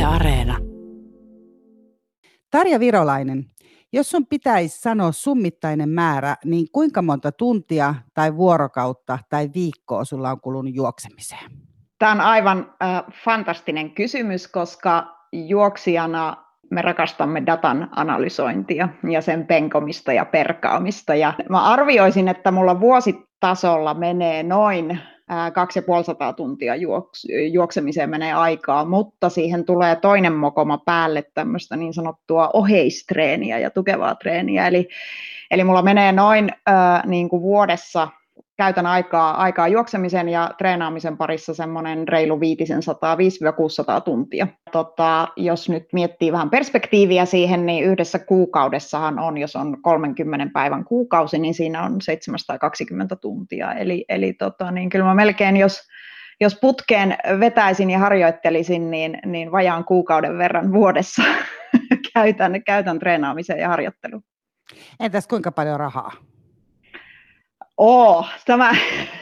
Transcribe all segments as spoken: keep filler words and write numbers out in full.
Areena. Tarja Virolainen, jos sun pitäisi sanoa summittainen määrä, niin kuinka monta tuntia tai vuorokautta tai viikkoa sulla on kulunut juoksemiseen? Tämä on aivan äh, fantastinen kysymys, koska juoksijana me rakastamme datan analysointia ja sen penkomista ja perkaamista. Ja mä arvioisin, että mulla vuositasolla menee noin kaksisataaviisikymmentä tuntia juoks, juoksemiseen menee aikaa, mutta siihen tulee toinen mokoma päälle tämmöistä niin sanottua oheistreeniä ja tukevaa treeniä. Eli, eli mulla menee noin äh, niin kuin vuodessa, käytän aikaa, aikaa juoksemisen ja treenaamisen parissa semmoinen reilu viitisen sataa, viisi kuusisataa tuntia. Tota, jos nyt miettii vähän perspektiiviä siihen, niin yhdessä kuukaudessahan on, jos on kolmenkymmenen päivän kuukausi, niin siinä on seitsemänsataakaksikymmentä tuntia. Eli, eli tota, niin kyllä mä melkein, jos, jos putkeen vetäisin ja harjoittelisin, niin, niin vajaan kuukauden verran vuodessa käytän, käytän treenaamiseen ja harjoitteluun. Entäs kuinka paljon rahaa? Oo, tämä,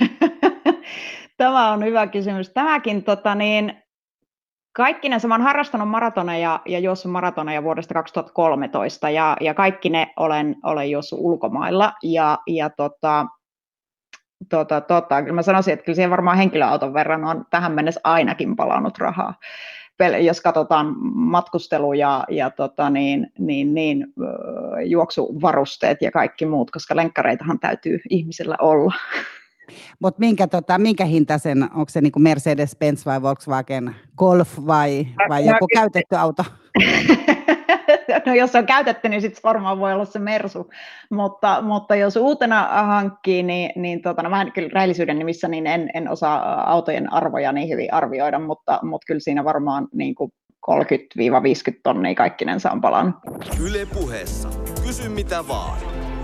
tämä on hyvä kysymys. Tämäkin, tota niin, kaikkinensa, mä oon harrastanut maratoneja ja juossut maratoneja vuodesta kaksituhattakolmetoista ja, ja kaikki ne olen, olen juossut ulkomailla ja, ja tota, tota, tota, kyllä mä sanoisin, että kyllä siihen varmaan henkilöauton verran on tähän mennessä ainakin palannut rahaa. Jos katsotaan matkustelu ja, ja tota niin, niin, niin, juoksuvarusteet ja kaikki muut, koska lenkkareitahan täytyy ihmisellä olla. Mutta minkä, tota, minkä hintaisen, onko se niinku Mercedes-Benz vai Volkswagen Golf vai, vai joku no, käytetty auto? No jos on käytetty, niin sitten varmaan voi olla se Mersu, mutta, mutta jos uutena hankkii, niin, niin tota, no, vähän kyllä rehellisyyden nimissä niin en, en osaa autojen arvoja niin hyvin arvioida, mutta, mutta kyllä siinä varmaan niin kuin kolmekymmentä viisikymmentä tonnia kaikkinensa on palannut. Yle Puheessa. Kysy mitä vaan.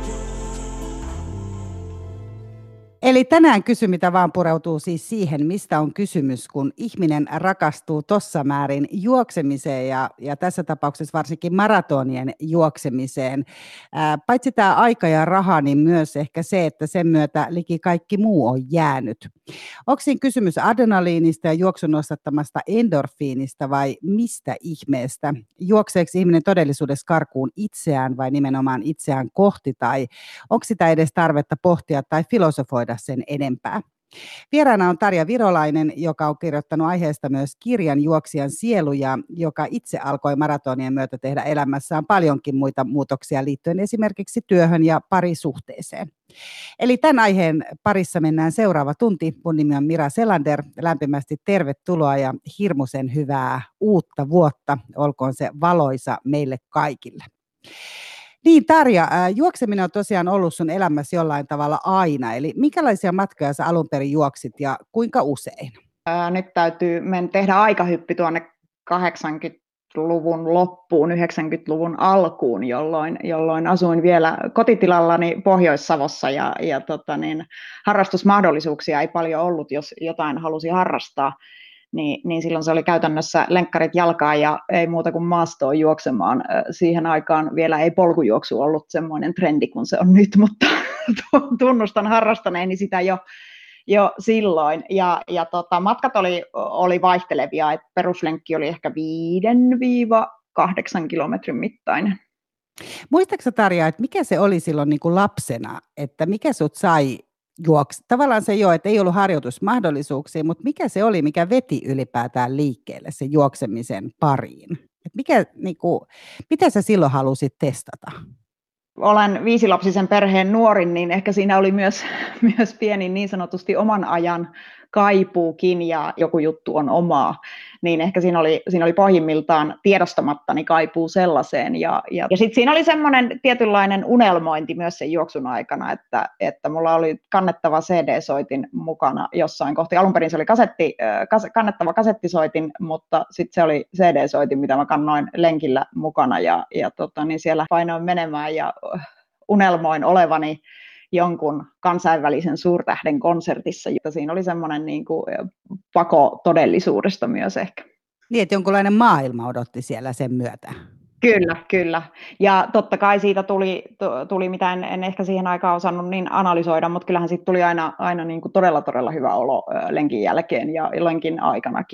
Eli tänään Kysy mitä vaan pureutuu siis siihen, mistä on kysymys, kun ihminen rakastuu tossa määrin juoksemiseen ja, ja tässä tapauksessa varsinkin maratonien juoksemiseen. Ää, paitsi tämä aika ja raha, niin myös ehkä se, että sen myötä liki kaikki muu on jäänyt. Onko siinä kysymys adrenaliinista ja juoksun nostattamasta endorfiinista vai mistä ihmeestä? Juokseeko ihminen todellisuudessa karkuun itseään vai nimenomaan itseään kohti tai onko sitä edes tarvetta pohtia tai filosofoida sen enempää? Vieraana on Tarja Virolainen, joka on kirjoittanut aiheesta myös kirjan Juoksijan sielu ja joka itse alkoi maratonien myötä tehdä elämässään paljonkin muita muutoksia liittyen esimerkiksi työhön ja parisuhteeseen. Eli tämän aiheen parissa mennään seuraava tunti. Mun nimi on Mira Selander. Lämpimästi tervetuloa ja hirmuisen hyvää uutta vuotta. Olkoon se valoisa meille kaikille. Niin Tarja, juokseminen on tosiaan ollut sun elämässä jollain tavalla aina, eli minkälaisia matkoja sä alun perin juoksit ja kuinka usein? Ää, nyt täytyy men tehdä aikahyppi tuonne kahdeksankymmentäluvun loppuun, yhdeksänkymmentäluvun alkuun, jolloin, jolloin asuin vielä kotitilallani Pohjois-Savossa ja, ja tota niin, harrastusmahdollisuuksia ei paljon ollut, jos jotain halusi harrastaa. Niin, niin silloin se oli käytännössä lenkkarit jalkaan ja ei muuta kuin maastoon juoksemaan. Siihen aikaan vielä ei polkujuoksu ollut semmoinen trendi kuin se on nyt, mutta tunnustan harrastaneeni sitä jo, jo silloin. Ja, ja tota, matkat oli, oli vaihtelevia, että peruslenkki oli ehkä viidestä kahdeksaan kilometrin mittainen. Muistatko Tarja, että mikä se oli silloin niin kuin lapsena, että mikä sut sai juoksi? Tavallaan se jo, että ei ollut harjoitusmahdollisuuksia, mutta mikä se oli, mikä veti ylipäätään liikkeelle se juoksemisen pariin? Et mikä, niin kuin, mitä sä silloin halusit testata? Olen viisilapsisen perheen nuorin, niin ehkä siinä oli myös, myös pieni niin sanotusti oman ajan kaipuukin ja joku juttu on omaa, niin ehkä siinä oli, siinä oli pohjimmiltaan tiedostamattani kaipuu sellaiseen. Ja, ja, ja sitten siinä oli semmoinen tietynlainen unelmointi myös sen juoksun aikana, että, että mulla oli kannettava C D-soitin mukana jossain kohti. Alun perin se oli kasetti, kas, kannettava kasettisoitin, mutta sitten se oli C D-soitin, mitä mä kannoin lenkillä mukana ja, ja tota, niin siellä painoin menemään ja unelmoin olevani jonkun kansainvälisen suurtähden konsertissa. Siinä oli semmoinen niin kuin pako todellisuudesta myös ehkä. Niin, että jonkunlainen maailma odotti siellä sen myötä. Kyllä, kyllä. Ja totta kai siitä tuli, tuli mitä en, en ehkä siihen aikaan osannut niin analysoida, mutta kyllähän siitä tuli aina, aina niin kuin todella, todella hyvä olo lenkin jälkeen ja lenkin aikanakin.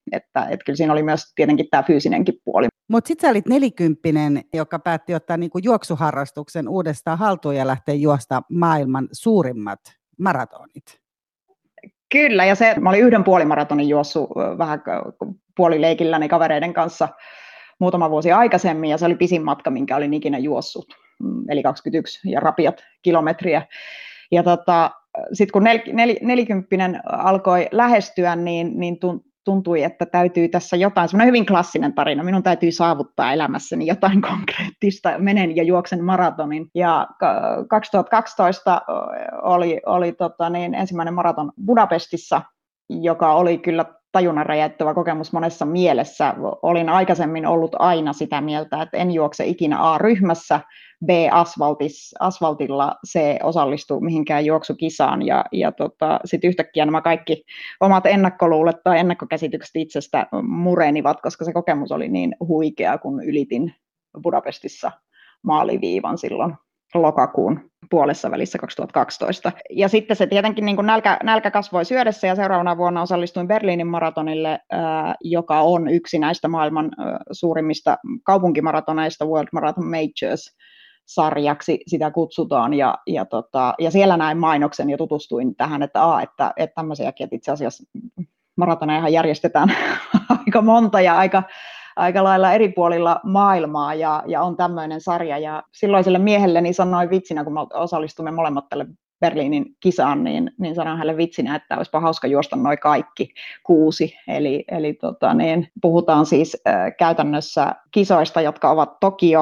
Että, että kyllä siinä oli myös tietenkin tämä fyysinenkin puoli. Mutta sitten sä olit nelikymppinen, joka päätti ottaa niinku juoksuharrastuksen uudestaan haltuun ja lähteä juosta maailman suurimmat maratonit. Kyllä, ja se, mä olin yhden puolimaratonin juossut vähän puolileikilläni kavereiden kanssa muutama vuosi aikaisemmin, ja se oli pisin matka, minkä olin ikinä juossut, eli kaksikymmentäyksi ja rapiat kilometriä. Ja tota, sitten kun nel, nel, nelikymppinen alkoi lähestyä, niin, niin tuntui, että täytyy tässä jotain, semmoinen hyvin klassinen tarina, minun täytyy saavuttaa elämässäni jotain konkreettista, menen ja juoksen maratonin. Ja kaksituhattakaksitoista oli, oli tota niin, ensimmäinen maraton Budapestissa, joka oli kyllä tajunnan räjäyttävä kokemus monessa mielessä. Olin aikaisemmin ollut aina sitä mieltä, että en juokse ikinä A-ryhmässä, B asfaltis, asfaltilla, C osallistu mihinkään juoksukisaan, ja, ja tota, sitten yhtäkkiä nämä kaikki omat ennakkoluulet tai ennakkokäsitykset itsestä murenivat, koska se kokemus oli niin huikea, kun ylitin Budapestissa maaliviivan silloin lokakuun puolessa välissä kaksituhattakaksitoista. Ja sitten se tietenkin niin kuin nälkä, nälkä kasvoi syödessä, ja seuraavana vuonna osallistuin Berliinin maratonille, ää, joka on yksi näistä maailman ää, suurimmista kaupunkimaratoneista, World Marathon Majors-sarjaksi sitä kutsutaan, ja, ja, tota, ja siellä näin mainoksen ja tutustuin tähän, että, a, että, että tämmöisiäkin, että itse asiassa maratonejahan järjestetään aika monta ja aika aika lailla eri puolilla maailmaa, ja, ja on tämmöinen sarja, ja silloiselle miehelleni sanoin vitsinä, kun me osallistumme molemmat tälle Berliinin kisaan, niin, niin sanoin hänelle vitsinä, että olisipa hauska juosta noin kaikki kuusi, eli, eli tota, niin, puhutaan siis äh, käytännössä kisoista, jotka ovat Tokio,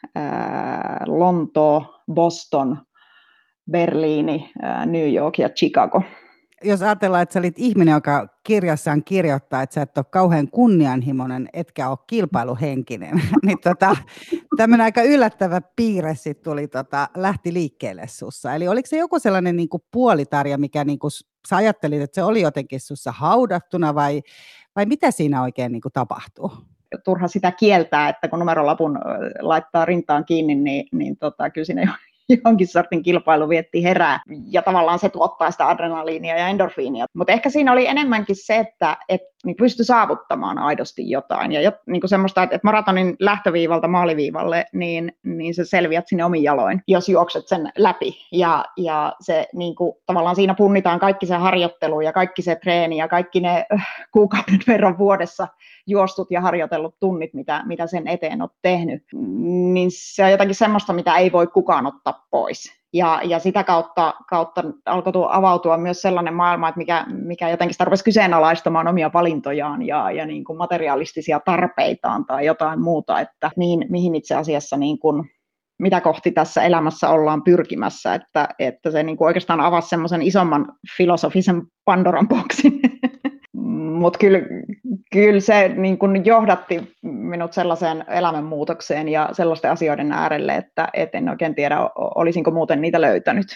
äh, Lontoo, Boston, Berliini, äh, New York ja Chicago. Jos ajatellaan, että sä olit ihminen, joka kirjassaan kirjoittaa, että sä et ole kauhean kunnianhimoinen, etkä ole kilpailuhenkinen, niin tota, tämmöinen aika yllättävä piirre sit tuli, tota, lähti liikkeelle sussa. Eli oliko se joku sellainen niin kuin puolitarja, mikä niin kuin, sä ajattelit, että se oli jotenkin sussa haudattuna, vai, vai mitä siinä oikein niin kuin tapahtuu? Turha sitä kieltää, että kun numerolapun laittaa rintaan kiinni, niin, niin tota, kyllä siinä jonkin sortin kilpailuvietti herää, ja tavallaan se tuottaa sitä adrenaliinia ja endorfiinia. Mutta ehkä siinä oli enemmänkin se, että et, niin pystyi saavuttamaan aidosti jotain, ja jot, niin semmoista, että et maratonin lähtöviivalta maaliviivalle, niin, niin sä selviät sinne omin jaloin, jos juokset sen läpi, ja, ja se niin kuin, tavallaan siinä punnitaan kaikki se harjoittelu ja kaikki se treeni ja kaikki ne äh, kuukauden verran vuodessa juostut ja harjoitellut tunnit, mitä, mitä sen eteen olet tehnyt, niin se on jotakin semmoista, mitä ei voi kukaan ottaa pois. Ja, ja sitä kautta, kautta alkoi avautua myös sellainen maailma, että mikä, mikä jotenkin sitä rupesi kyseenalaistamaan omia valintojaan ja, ja niin kuin materialistisia tarpeitaan tai jotain muuta, että mihin, mihin itse asiassa niin kuin, mitä kohti tässä elämässä ollaan pyrkimässä, että, että se niin kuin oikeastaan avasi semmoisen isomman filosofisen Pandoran boksin. Mutta kyllä, kyllä se niin kun johdatti minut sellaiseen elämänmuutokseen ja sellaisten asioiden äärelle, että et en oikein tiedä, olisinko muuten niitä löytänyt.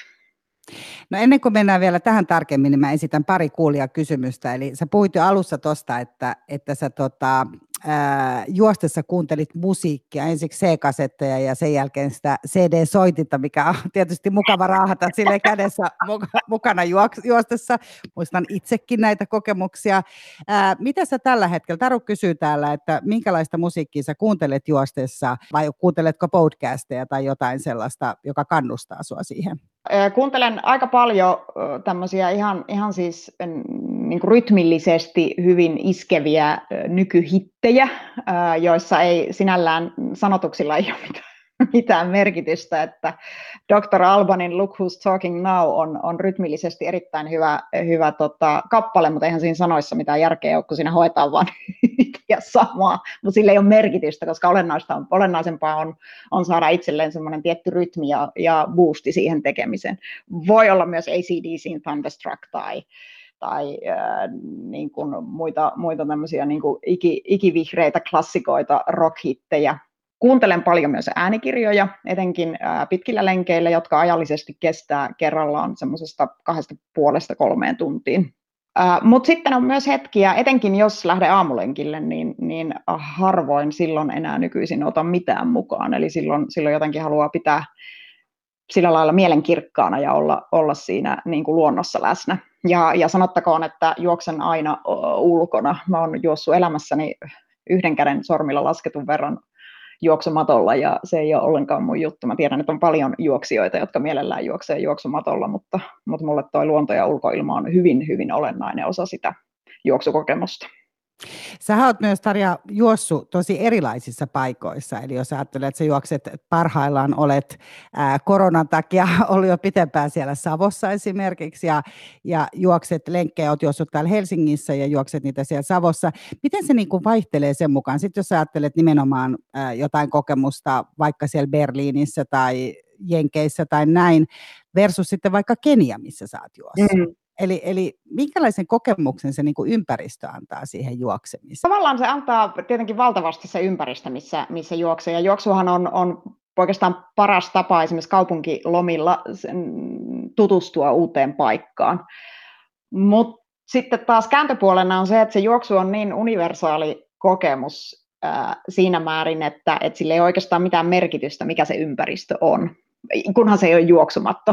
No ennen kuin mennään vielä tähän tarkemmin, niin mä esitän pari kuulijakysymystä. Eli sä puhuit jo alussa tuosta, että, että sä tota, ää, juostessa kuuntelit musiikkia, ensiksi C-kasetteja ja sen jälkeen sitä C D-soitinta, mikä on tietysti mukava raahata sille kädessä mukana juostessa. Muistan itsekin näitä kokemuksia. Ää, mitä sä tällä hetkellä, Taru kysyy täällä, että minkälaista musiikkia sä kuuntelet juostessa, vai kuunteletko podcasteja tai jotain sellaista, joka kannustaa sua siihen? Kuuntelen aika paljon tämmöisiä ihan, ihan siis niin kuin rytmillisesti hyvin iskeviä nykyhittejä, joissa ei sinällään sanotuksilla ei ole mitään, mitään merkitystä, että doktor Albanin Look Who's Talking Now on, on rytmillisesti erittäin hyvä, hyvä tota, kappale, mutta eihän siinä sanoissa mitään järkeä ole, kun siinä hoetaan vaan ja samaa, mutta sillä ei ole merkitystä, koska olennaista on, olennaisempaa on, on saada itselleen semmoinen tietty rytmi ja, ja boosti siihen tekemiseen. Voi olla myös A C D C:n Thunderstruck tai, tai äh, niin kuin muita, muita tämmöisiä niin kuin iki, ikivihreitä klassikoita, rockhittejä. Kuuntelen paljon myös äänikirjoja, etenkin ää, pitkillä lenkeillä, jotka ajallisesti kestää kerrallaan semmoisesta kahdesta puolesta kolmeen tuntiin. Mutta sitten on myös hetkiä, etenkin jos lähden aamulenkille, niin, niin harvoin silloin enää nykyisin ota mitään mukaan. Eli silloin, silloin jotenkin haluaa pitää sillä lailla mielenkirkkaana ja olla, olla siinä niin kuin luonnossa läsnä. Ja, ja sanottakoon, että juoksen aina ulkona. Mä oon juossut elämässäni yhden käden sormilla lasketun verran juoksumatolla, ja se ei ole ollenkaan mun juttu. Mä tiedän, että on paljon juoksijoita, jotka mielellään juoksee juoksumatolla, mutta, mutta mulle toi luonto ja ulkoilma on hyvin, hyvin olennainen osa sitä juoksukokemusta. Sä oot myös, Tarja, juossut tosi erilaisissa paikoissa, eli jos ajattelet, että sä juokset parhaillaan, olet ää, koronan takia ollut jo pitempään siellä Savossa esimerkiksi, ja, ja juokset lenkkejä, oot juossut täällä Helsingissä ja juokset niitä siellä Savossa. Miten se niin kuin vaihtelee sen mukaan? Sitten jos ajattelet nimenomaan ää, jotain kokemusta vaikka siellä Berliinissä tai Jenkeissä tai näin, versus sitten vaikka Kenia, missä sä oot juossut. Mm. Eli, eli minkälaisen kokemuksen se niin kuin ympäristö antaa siihen juoksemiseen? Tavallaan se antaa tietenkin valtavasti se ympäristö, missä, missä juoksee. Ja juoksuhan on, on oikeastaan paras tapa esimerkiksi kaupunkilomilla tutustua uuteen paikkaan. Mutta sitten taas kääntöpuolena on se, että se juoksu on niin universaali kokemus ää, siinä määrin, että, että sillä ei ole oikeastaan mitään merkitystä, mikä se ympäristö on. Kunhan se ei ole juoksumatto.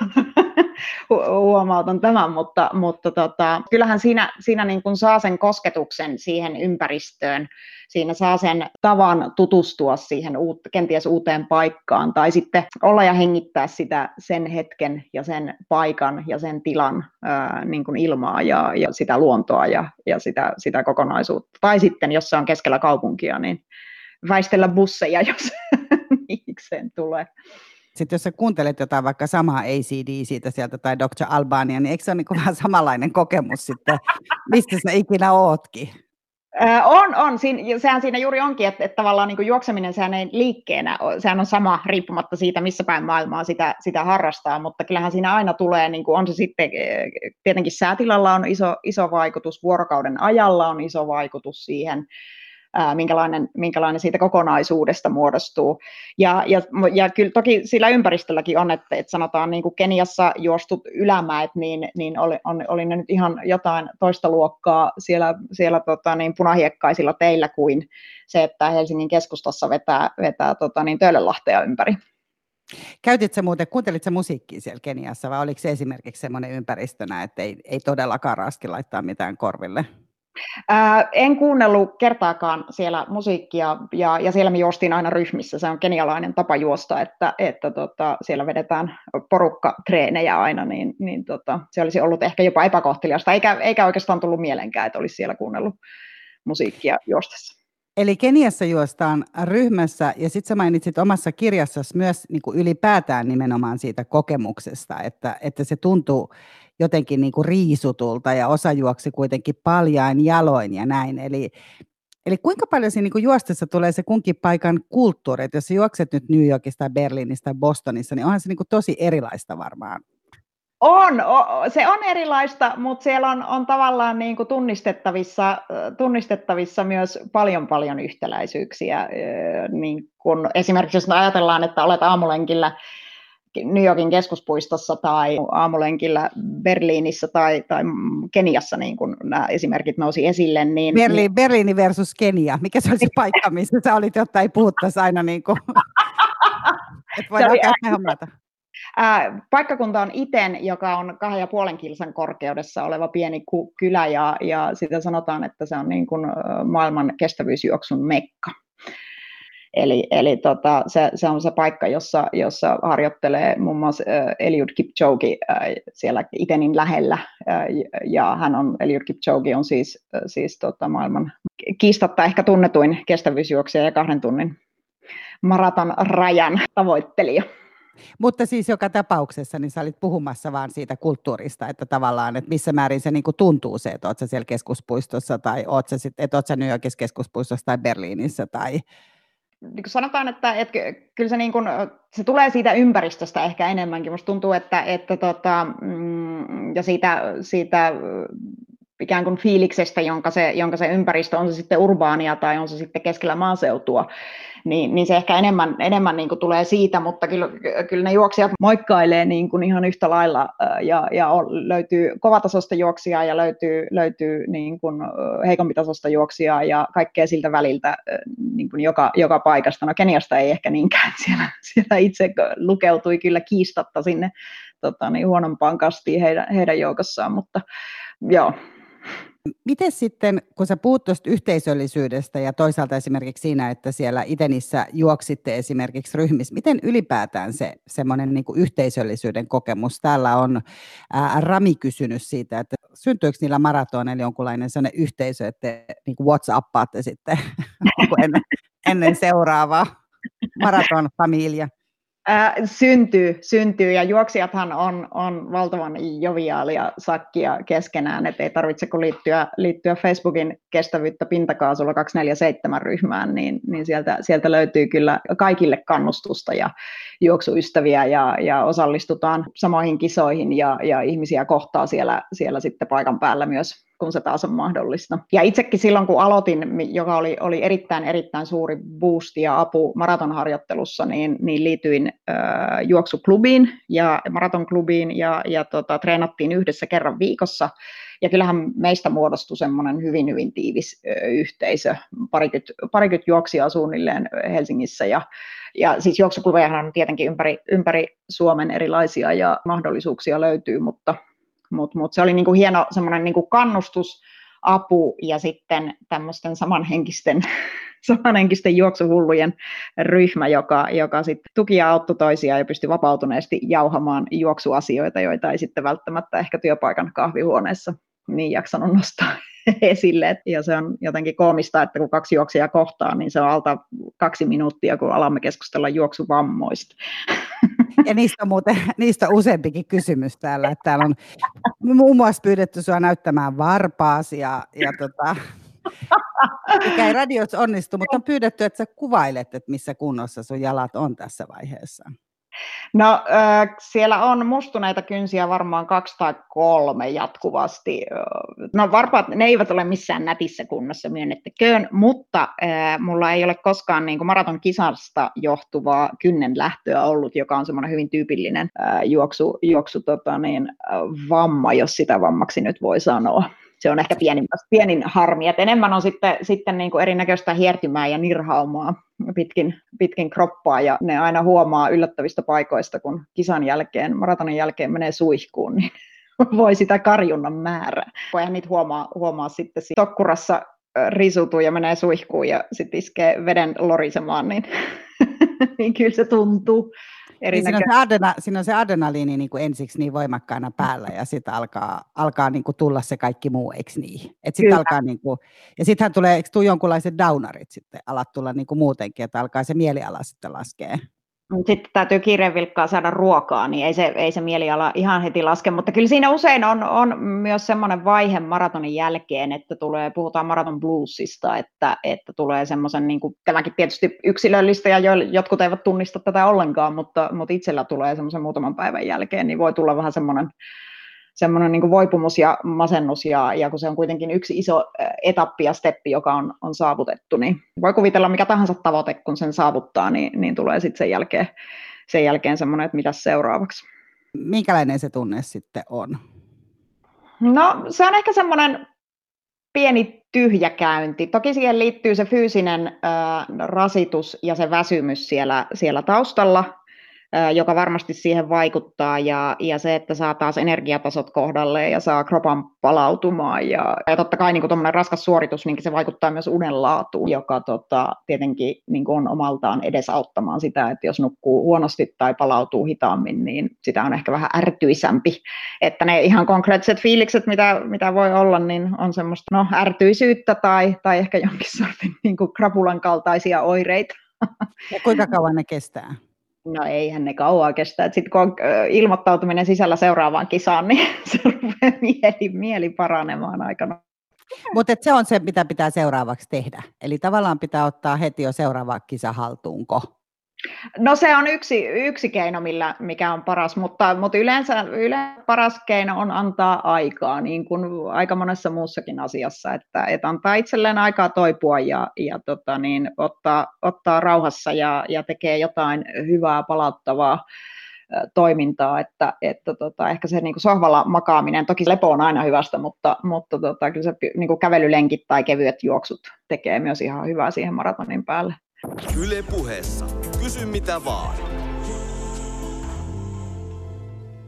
Huomautan tämän, mutta, mutta tota, kyllähän siinä, siinä niin kuin saa sen kosketuksen siihen ympäristöön, siinä saa sen tavan tutustua siihen uut, kenties uuteen paikkaan, tai sitten olla ja hengittää sitä sen hetken ja sen paikan ja sen tilan ää, niin kuin ilmaa ja, ja sitä luontoa ja, ja sitä, sitä kokonaisuutta. Tai sitten, jos se on keskellä kaupunkia, niin väistellä busseja, jos niikseen tulee. Sitten jos sä kuuntelet jotain vaikka samaa A C D siitä sieltä tai doktor Albania, niin eikö se ole niin kuin vähän samanlainen kokemus sitten, mistä sä ikinä ootkin? Äh, on, on. Siin, sehän siinä juuri onkin, että, että tavallaan niin kuin juokseminen sehän ei liikkeenä, sehän on sama riippumatta siitä, missä päin maailmaa sitä, sitä harrastaa, mutta kyllähän siinä aina tulee, niin kuin on se sitten, tietenkin säätilalla on iso, iso vaikutus, vuorokauden ajalla on iso vaikutus siihen, Ää, minkälainen, minkälainen siitä kokonaisuudesta muodostuu. Ja, ja, ja kyllä toki sillä ympäristölläkin on, että, että sanotaan niin kuin Keniassa juostut ylämäet, niin, niin oli, on, oli ne nyt ihan jotain toista luokkaa siellä, siellä tota, niin punahiekkaisilla teillä kuin se, että Helsingin keskustassa vetää, vetää tota, niin Töölönlahtea ympäri. Käytit sä muuten, kuuntelit sä musiikkia siellä Keniassa vai oliko se esimerkiksi semmoinen ympäristönä, että ei, ei todellakaan raski laittaa mitään korville? Ää, en kuunnellut kertaakaan siellä musiikkia, ja, ja siellä me juostiin aina ryhmissä. Se on kenialainen tapa juosta, että, että tota, siellä vedetään porukkatreenejä aina, niin, niin tota, se olisi ollut ehkä jopa epäkohteliasta, eikä, eikä oikeastaan tullut mielenkään, että olisi siellä kuunnellut musiikkia juostessa. Eli Keniassa juostaan ryhmässä, ja sitten sä mainitsit omassa kirjassasi myös niin kuin ylipäätään nimenomaan siitä kokemuksesta, että, että se tuntuu jotenkin niin kuin riisutulta ja osa juoksi kuitenkin paljain jaloin ja näin. Eli, eli kuinka paljon siinä niin kuin juostessa tulee se kunkin paikan kulttuuri, että jos sä juokset nyt New Yorkista tai Berliinistä tai Bostonissa, niin onhan se niin kuin tosi erilaista varmaan. On, o, se on erilaista, mutta siellä on, on tavallaan niin kuin tunnistettavissa, tunnistettavissa myös paljon paljon yhtäläisyyksiä. Niin kun esimerkiksi jos ajatellaan, että olet aamulenkillä New Yorkin keskuspuistossa tai aamulenkillä Berliinissä tai, tai Keniassa, niin kuin nämä esimerkit nousi esille. Niin, Berliin, niin... Berliini versus Kenia. Mikä se oli se paikka, missä sä olit, jotta ei puhuttaisi aina niin kuin... että voidaan käydä hommata. Ää, paikkakunta on Iten, joka on kahden ja puolen kilsan korkeudessa oleva pieni kylä, ja, ja sitä sanotaan, että se on niin kuin maailman kestävyysjuoksun mekka. Eli, eli tota, se, se on se paikka, jossa, jossa harjoittelee muun muassa äh, Eliud Kipchoge äh, siellä Itenin lähellä, äh, ja hän on, Eliud Kipchoge on siis, äh, siis tota, maailman kiistatta ehkä tunnetuin kestävyysjuoksija ja kahden tunnin maraton rajan tavoittelija. Mutta siis joka tapauksessa niin sä olit puhumassa vaan siitä kulttuurista, että tavallaan, että missä määrin se niin kuin tuntuu se, että oot sä siellä keskuspuistossa tai oot sä, sit, että oot sä New Yorkissa keskuspuistossa tai Berliinissä tai... Niin sanotaan, että, että kyllä se, niin kuin, se tulee siitä ympäristöstä ehkä enemmänkin. Musta tuntuu, että, että tota, ja siitä, siitä ikään kuin fiiliksestä, jonka se, jonka se ympäristö, on se sitten urbaania tai on se sitten keskellä maaseutua, niin, niin se ehkä enemmän, enemmän niin kuin tulee siitä, mutta kyllä, kyllä ne juoksijat moikkailee niin kuin ihan yhtä lailla, ja, ja on, löytyy kovatasosta juoksijaa ja löytyy, löytyy niin kuin heikompitasosta juoksijaa ja kaikkea siltä väliltä niin kuin joka, joka paikasta. No Keniasta ei ehkä niinkään, siellä, siellä itse lukeutui kyllä kiistatta sinne tota, niin huonompaan kastiin heidän, heidän joukossaan, mutta joo. Miten sitten, kun sä puhut tuosta yhteisöllisyydestä ja toisaalta esimerkiksi siinä, että siellä Itenissä juoksitte esimerkiksi ryhmissä, miten ylipäätään se semmoinen niin kuin yhteisöllisyyden kokemus? Täällä on ää, Rami kysynyt siitä, että syntyykö niillä maratoneilla jonkunlainen sellainen yhteisö, että te niin kuin WhatsAppaatte sitten ennen, ennen seuraavaa maratonfamilia? Ää, syntyy, syntyy ja juoksijathan on, on valtavan joviaalia sakkia keskenään, että ei tarvitse kun liittyä, liittyä Facebookin kestävyyttä pintakaasulla kaksikymmentäneljä seitsemän ryhmään, niin, niin sieltä, sieltä löytyy kyllä kaikille kannustusta ja juoksuystäviä ja, ja osallistutaan samoihin kisoihin ja, ja ihmisiä kohtaa siellä, siellä sitten paikan päällä myös, kun se taas on mahdollista. Ja itsekin silloin, kun aloitin, joka oli, oli erittäin, erittäin suuri boost ja apu maratonharjoittelussa, niin, niin liityin äh, juoksuklubiin ja maratonklubiin ja, ja tota, treenattiin yhdessä kerran viikossa. Ja kyllähän meistä muodostui semmoinen hyvin, hyvin tiivis ö, yhteisö. Parikymmentä, parikymmentä juoksijaa suunnilleen Helsingissä. Ja, ja siis juoksuklubejahan on tietenkin ympäri, ympäri Suomen erilaisia ja mahdollisuuksia löytyy, mutta Mutta mut se oli niinku hieno semmoinen niinku kannustus, apu ja sitten tämmöisten samanhenkisten, samanhenkisten juoksuhullujen ryhmä, joka, joka sitten tuki ja auttoi toisiaan ja pystyi vapautuneesti jauhamaan juoksuasioita, joita ei sitten välttämättä ehkä työpaikan kahvihuoneessa niin jaksanut nostaa esille. Ja se on jotenkin koomista, että kun kaksi juoksijaa kohtaa, niin se on alta kaksi minuuttia, kun alamme keskustella juoksuvammoista. Ja niistä on, muuten, niistä on useampikin kysymys täällä. Että täällä on muun muassa pyydetty sinua näyttämään varpaasi ja, ja tota, mikä ei radiossa onnistu, mutta on pyydetty, että sä kuvailet, että missä kunnossa sun jalat on tässä vaiheessa. No äh, siellä on mustuneita kynsiä varmaan kaksi tai kolme jatkuvasti. No varpaat, ne eivät ole missään nätissä kunnossa, myönnettäköön, mutta äh, mulla ei ole koskaan niin kuin maraton kisasta johtuvaa kynnenlähtöä ollut, joka on semmoinen hyvin tyypillinen äh, juoksu, juoksu tota niin, äh, vamma, jos sitä vammaksi nyt voi sanoa. Se on ehkä pienin, pienin harmi, että enemmän on sitten, sitten niin kuin erinäköistä hiertymää ja nirhaumaa pitkin, pitkin kroppaa, ja ne aina huomaa yllättävistä paikoista, kun kisan jälkeen, maratonin jälkeen menee suihkuun, niin voi sitä karjunnan määrää. Voihan niitä huomaa, huomaa sitten tokkurassa risutuu ja menee suihkuun ja sitten iskee veden lorisemaan, niin, niin kyllä se tuntuu. Niin siinä, on se adena, siinä on se adrenaliini niin kuin ensiksi niin voimakkaana päällä ja sitten alkaa, alkaa niin kuin tulla se kaikki muu, eikö niin? Et sit alkaa niin kuin, ja sittenhän tulee, eikö tule jonkunlaiset downarit sitten, alat tulla niin kuin muutenkin, että alkaa se mieliala sitten laskea. Sitten täytyy kiireen vilkkaa saada ruokaa, niin ei se, ei se mieliala ihan heti laske, mutta kyllä siinä usein on, on myös semmoinen vaihe maratonin jälkeen, että tulee, puhutaan maraton bluesista, että, että tulee semmoisen, niin kuin, tämäkin tietysti yksilöllistä ja jo, jotkut eivät tunnista tätä ollenkaan, mutta, mutta itsellä tulee semmoisen muutaman päivän jälkeen, niin voi tulla vähän semmoinen, semmoinen niin kuin voipumus ja masennus, ja, ja kun se on kuitenkin yksi iso etappi ja steppi, joka on, on saavutettu, niin voi kuvitella mikä tahansa tavoite, kun sen saavuttaa, niin, niin tulee sitten sen jälkeen, sen jälkeen semmoinen, että mitä seuraavaksi. Minkälainen se tunne sitten on? No se on ehkä semmoinen pieni tyhjäkäynti. Toki siihen liittyy se fyysinen ää, rasitus ja se väsymys siellä, siellä taustalla, joka varmasti siihen vaikuttaa, ja, ja se, että saa taas energiatasot kohdalleen ja saa kropan palautumaan. Ja, ja totta kai niin tuommoinen raskas suoritus, niin se vaikuttaa myös unen laatuun, joka tota, tietenkin niin on omaltaan edesauttamaan sitä, että jos nukkuu huonosti tai palautuu hitaammin, niin sitä on ehkä vähän ärtyisämpi. Että ne ihan konkreettiset fiilikset, mitä, mitä voi olla, niin on semmoista no, ärtyisyyttä tai, tai ehkä jonkin sortin niin kuin krapulan kaltaisia oireita. Ja kuinka kauan ne kestää? No eihän ne kauaa kestä. Sitten kun on ilmoittautuminen sisällä seuraavaan kisaan, niin se rupeaa mieli, mieli paranemaan aikana. Mutta se on se, mitä pitää seuraavaksi tehdä. Eli tavallaan pitää ottaa heti jo seuraava kisa haltuunko? No se on yksi, yksi keino, millä, mikä on paras, mutta, mutta yleensä, yleensä paras keino on antaa aikaa, niin kuin aika monessa muussakin asiassa, että, että antaa itselleen aikaa toipua ja, ja tota niin, ottaa, ottaa rauhassa ja, ja tekee jotain hyvää, palauttavaa toimintaa, että, että tota, ehkä se niin kuin sohvalla makaaminen, toki lepo on aina hyvästä, mutta, mutta tota, kyllä se niin kuin kävelylenkit tai kevyet juoksut tekee myös ihan hyvää siihen maratonin päälle. Yle Puheessa. Kysy mitä vaan.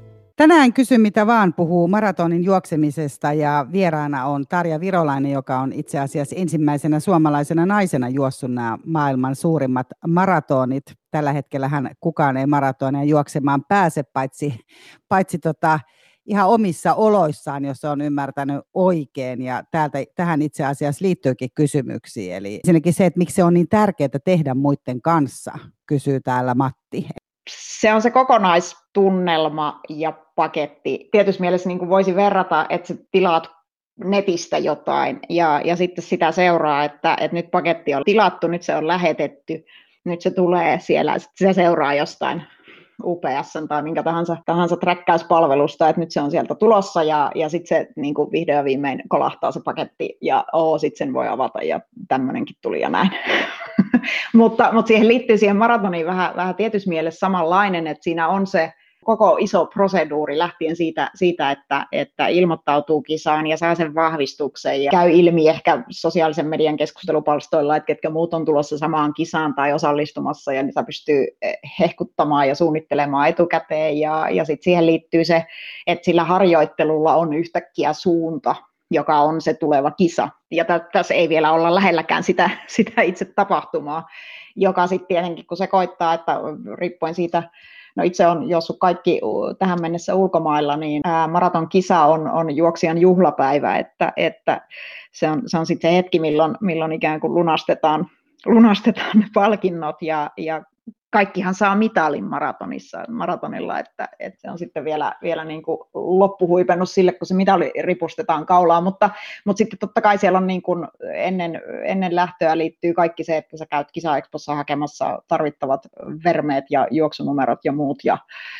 Tänään Kysy mitä vaan puhuu maratonin juoksemisesta ja vieraana on Tarja Virolainen, joka on itse asiassa ensimmäisenä suomalaisena naisena juossut nämä maailman suurimmat maratonit. Tällä hetkellähän kukaan ei maratonia juoksemaan pääse, paitsi, paitsi tota, ihan omissa oloissaan, jos on ymmärtänyt oikein. Ja täältä, tähän itse asiassa liittyykin kysymyksiä. Eli ensinnäkin se, että miksi se on niin tärkeää tehdä muiden kanssa, kysyy täällä Matti. Se on se kokonaistunnelma ja paketti. Tietysti mielessä niin kuin voisi verrata, että sä tilaat netistä jotain ja, ja sitten sitä seuraa, että, että nyt paketti on tilattu, nyt se on lähetetty, nyt se tulee siellä, sitten se seuraa jostain U P S tai minkä tahansa, tahansa träkkäyspalvelusta, että nyt se on sieltä tulossa ja, ja sitten se niin kuin vihdoin ja viimein kolahtaa se paketti ja oo, sitten sen voi avata ja tämmöinenkin tuli ja näin. mutta, mutta siihen liittyy siihen maratoniin vähän, vähän tietyssä mielessä samanlainen, että siinä on se koko iso proseduuri lähtien siitä, siitä että, että ilmoittautuu kisaan ja saa sen vahvistuksen ja käy ilmi ehkä sosiaalisen median keskustelupalstoilla, että ketkä muut on tulossa samaan kisaan tai osallistumassa ja niitä pystyy hehkuttamaan ja suunnittelemaan etukäteen ja, ja sitten siihen liittyy se, että sillä harjoittelulla on yhtäkkiä suunta, joka on se tuleva kisa. Ja tässä ei vielä olla lähelläkään sitä, sitä itse tapahtumaa, joka sitten tietenkin kun se koittaa, että riippuen siitä, no itse on juossut kaikki tähän mennessä ulkomailla, niin ää, maraton kisa on, on juoksijan juhlapäivä, että, että se on, se on sitten se hetki, milloin, milloin ikään kuin lunastetaan, lunastetaan ne palkinnot ja, ja kaikkihan saa mitalin maratonissa, maratonilla, että, että se on sitten vielä, vielä niin kuin loppuhuipennus sille, kun se mitali ripustetaan kaulaan, mutta, mutta sitten totta kai siellä on niin kuin ennen, ennen lähtöä liittyy kaikki se, että sä käyt Kisa-Expossa hakemassa tarvittavat vermeet ja juoksunumerot ja muut, ja,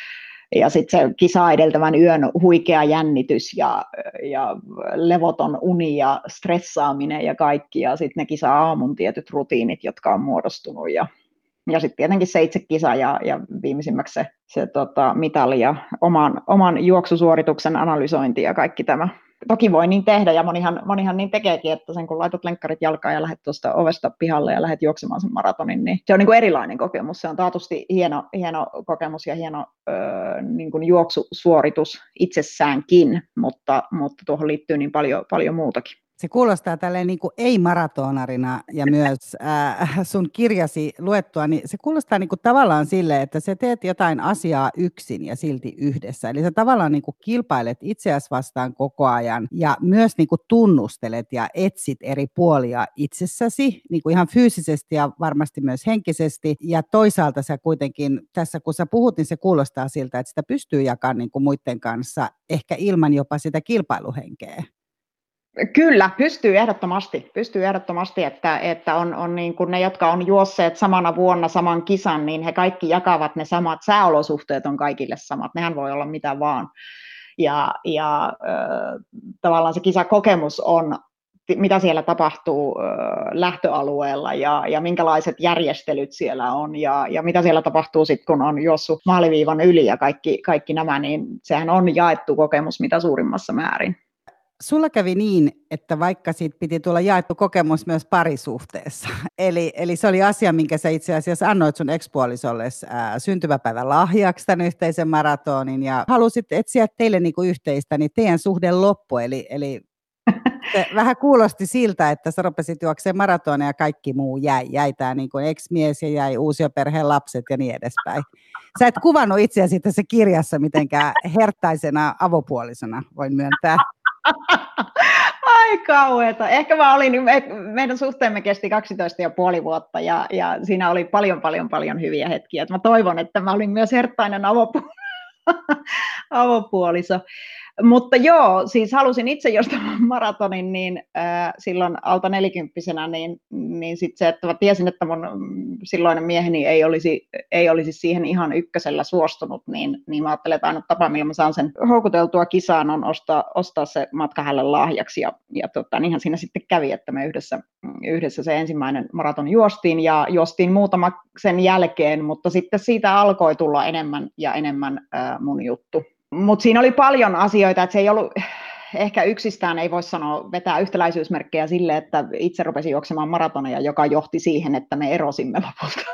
ja sitten se kisaa edeltävän yön huikea jännitys ja, ja levoton uni ja stressaaminen ja kaikki, ja sitten ne kisa-aamun tietyt rutiinit, jotka on muodostunut, ja Ja sitten tietenkin se itse kisa ja, ja viimeisimmäksi se, se tota, mitali ja oman, oman juoksusuorituksen analysointi ja kaikki tämä. Toki voi niin tehdä ja monihan, monihan niin tekeekin, että sen kun laitat lenkkarit jalkaan ja lähdet tuosta ovesta pihalle ja lähdet juoksemaan sen maratonin, niin se on niin kuin erilainen kokemus. Se on taatusti hieno, hieno kokemus ja hieno öö, niin kuin juoksusuoritus itsessäänkin, mutta, mutta tuohon liittyy niin paljon, paljon muutakin. Se kuulostaa tälleen niin kuin ei-maratonarina ja myös äh, sun kirjasi luettua, niin se kuulostaa niin kuin tavallaan sille, että sä teet jotain asiaa yksin ja silti yhdessä. Eli sä tavallaan niin kuin kilpailet itseäsi vastaan koko ajan ja myös niin kuin tunnustelet ja etsit eri puolia itsessäsi, niin kuin ihan fyysisesti ja varmasti myös henkisesti. Ja toisaalta sä kuitenkin, tässä kun sä puhut, niin se kuulostaa siltä, että sitä pystyy jakamaan niin kuin muiden kanssa, ehkä ilman jopa sitä kilpailuhenkeä. Kyllä, pystyy ehdottomasti, pystyy ehdottomasti, että, että on, on niin kuin ne, jotka on juosseet samana vuonna saman kisan, niin he kaikki jakavat ne samat, sääolosuhteet on kaikille samat, nehän voi olla mitä vaan. Ja, ja äh, tavallaan se kisakokemus on, mitä siellä tapahtuu äh, lähtöalueella ja, ja minkälaiset järjestelyt siellä on ja, ja mitä siellä tapahtuu sitten, kun on juossut maaliviivan yli ja kaikki, kaikki nämä, niin sehän on jaettu kokemus mitä suurimmassa määrin. Sulla kävi niin, että vaikka siitä piti tulla jaettu kokemus myös parisuhteessa, eli, eli se oli asia, minkä sä itse asiassa annoit sun ekspuolisolle syntymäpäivän lahjaksi tämän yhteisen maratonin ja halusit etsiä teille niinku yhteistä, niin teidän suhde loppui, eli, eli se vähän kuulosti siltä, että sä rupesit juokseen maratonia ja kaikki muu jäi, jäi tämä niinku ex-mies ja jäi uusioperheen lapset ja niin edespäin. Sä et kuvannut itseäsi tässä kirjassa mitenkään herttaisena avopuolisena, voin myöntää. Ai kauheeta. Ehkä mä olin, meidän suhteemme kesti kaksitoista ja puoli vuotta ja, ja siinä oli paljon, paljon, paljon hyviä hetkiä. Et mä toivon, että mä olin myös herttainen avopu- avopuoliso. Mutta joo, siis halusin itse jostain maratonin, niin äh, silloin alta nelikymppisenä, niin, niin sitten se, että mä tiesin, että mun silloinen mieheni ei olisi, ei olisi siihen ihan ykkösellä suostunut, niin, niin mä ajattelin, että ainut tapa, millä mä saan sen houkuteltua kisaan, on ostaa, ostaa se matka hänelle lahjaksi. Ja, ja tota, niinhän siinä sitten kävi, että me yhdessä, yhdessä se ensimmäinen maraton juostiin ja juostiin muutama sen jälkeen, mutta sitten siitä alkoi tulla enemmän ja enemmän äh, mun juttu. Mutta siinä oli paljon asioita, että se ei ollut, ehkä yksistään ei voi sanoa vetää yhtäläisyysmerkkejä sille, että itse rupesin juoksemaan maratoneja, joka johti siihen, että me erosimme lopulta.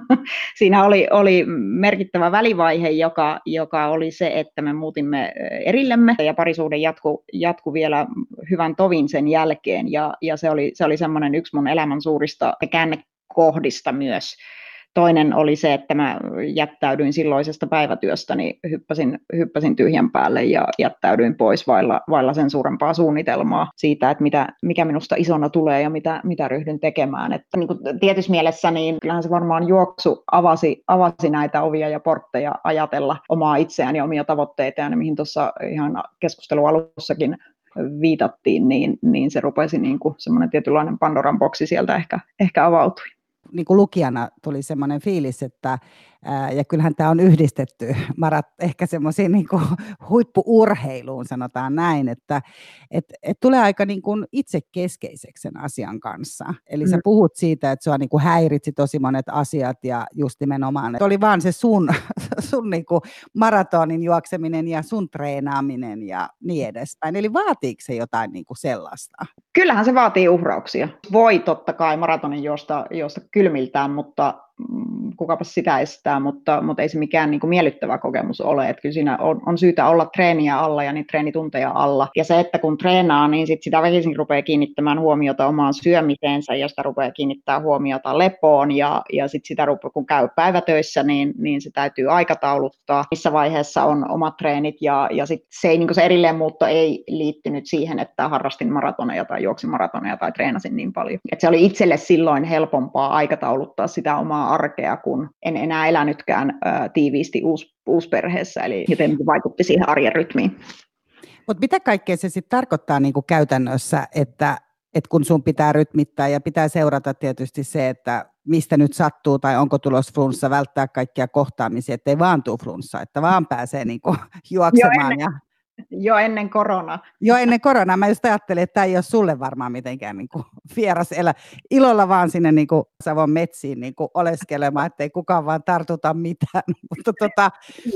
Siinä oli, oli merkittävä välivaihe, joka, joka oli se, että me muutimme erillemme ja parisuhde jatkui jatku vielä hyvän tovin sen jälkeen ja, ja se oli, se oli semmoinen yksi mun elämän suurista käännekohdista myös. Toinen oli se, että mä jättäydyin silloisesta päivätyöstäni, hyppäsin, hyppäsin tyhjän päälle ja jättäydyin pois vailla, vailla sen suurempaa suunnitelmaa siitä, että mitä, mikä minusta isona tulee ja mitä, mitä ryhdyn tekemään. Että niin kuin tietyssä mielessä niin kyllähän se varmaan juoksu avasi, avasi näitä ovia ja portteja ajatella omaa itseään ja omia tavoitteitaan, mihin tuossa ihan keskustelun alussakin viitattiin, niin, niin se rupesi niin kuin semmoinen tietynlainen Pandoran boksi sieltä ehkä, ehkä avautui. Niin kuin lukijana tuli semmoinen fiilis, että ää, ja kyllähän tämä on yhdistetty marat, ehkä semmoisiin niin kuin huippu-urheiluun, sanotaan näin, että et, et tulee aika niin kuin itsekeskeiseksi sen asian kanssa. Eli mm. sä puhut siitä, että sua niin kuin häiritsi tosi monet asiat ja just nimenomaan, että oli vaan se sun, sun niin kuin maratonin juokseminen ja sun treenaaminen ja niin edespäin. Eli vaatiiko se jotain niin kuin sellaista? Kyllähän se vaatii uhrauksia. Voi totta kai maratonin juosta, juosta kylmiltään, mutta mm, kukapa sitä estää, mutta, mutta ei se mikään niin kuin miellyttävä kokemus ole. Että kyllä siinä on, on syytä olla treeniä alla ja niitä treenitunteja alla. Ja se, että kun treenaa, niin sit sitä väkisin rupeaa kiinnittämään huomiota omaan syömiseensä ja sitä rupeaa kiinnittää huomiota lepoon. Ja, ja sitten sitä rupeaa, kun käy päivätöissä, niin, niin se täytyy aikatauluttaa, missä vaiheessa on omat treenit. Ja, ja sit se, ei, niin kuin se erilleen-muutto ei liittynyt siihen, että harrastin maratoneja tai juoksin maratoneja tai treenasin niin paljon. Et se oli itselle silloin helpompaa aikatauluttaa sitä omaa arkea, kun en enää elänytkään ä, tiiviisti uus, uusperheessä, eli joten vaikutti siihen arjen rytmiin. Mutta mitä kaikkea se sitten tarkoittaa niinku käytännössä, että et kun sun pitää rytmittää ja pitää seurata tietysti se, että mistä nyt sattuu tai onko tulos flunssa, välttää kaikkia kohtaamisia, ettei vaan tule flunssa, että vaan pääsee niinku juoksemaan. Jo ennen, ja... jo ennen koronaa. Jo ennen koronaa. Mä just ajattelin, että tämä ei ole sulle varmaan mitenkään niinku vieras elä. Ilolla vaan sinne niinku Savon metsiin niinku oleskelemaan, ettei kukaan vaan tartuta mitään. Mutta, tota,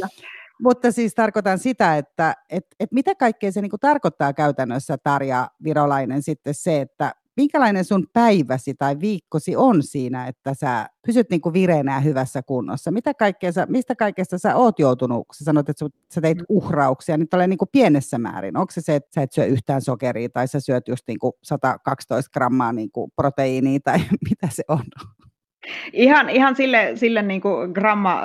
mutta siis tarkoitan sitä, että et, et mitä kaikkea se niinku tarkoittaa käytännössä, Tarja Virolainen, sitten se, että minkälainen sun päiväsi tai viikkosi on siinä, että sä pysyt niinku vireenä ja hyvässä kunnossa? Mitä kaikkea sä, mistä kaikesta sä oot joutunut, kun sä sanoit, että sä teit uhrauksia, niin tulee niinku pienessä määrin. Onko se se, että sä et syö yhtään sokeria tai sä syöt just niinku sata kaksitoista grammaa niinku proteiinia tai mitä se on? Ihan, ihan sille, sille niin kuin gramma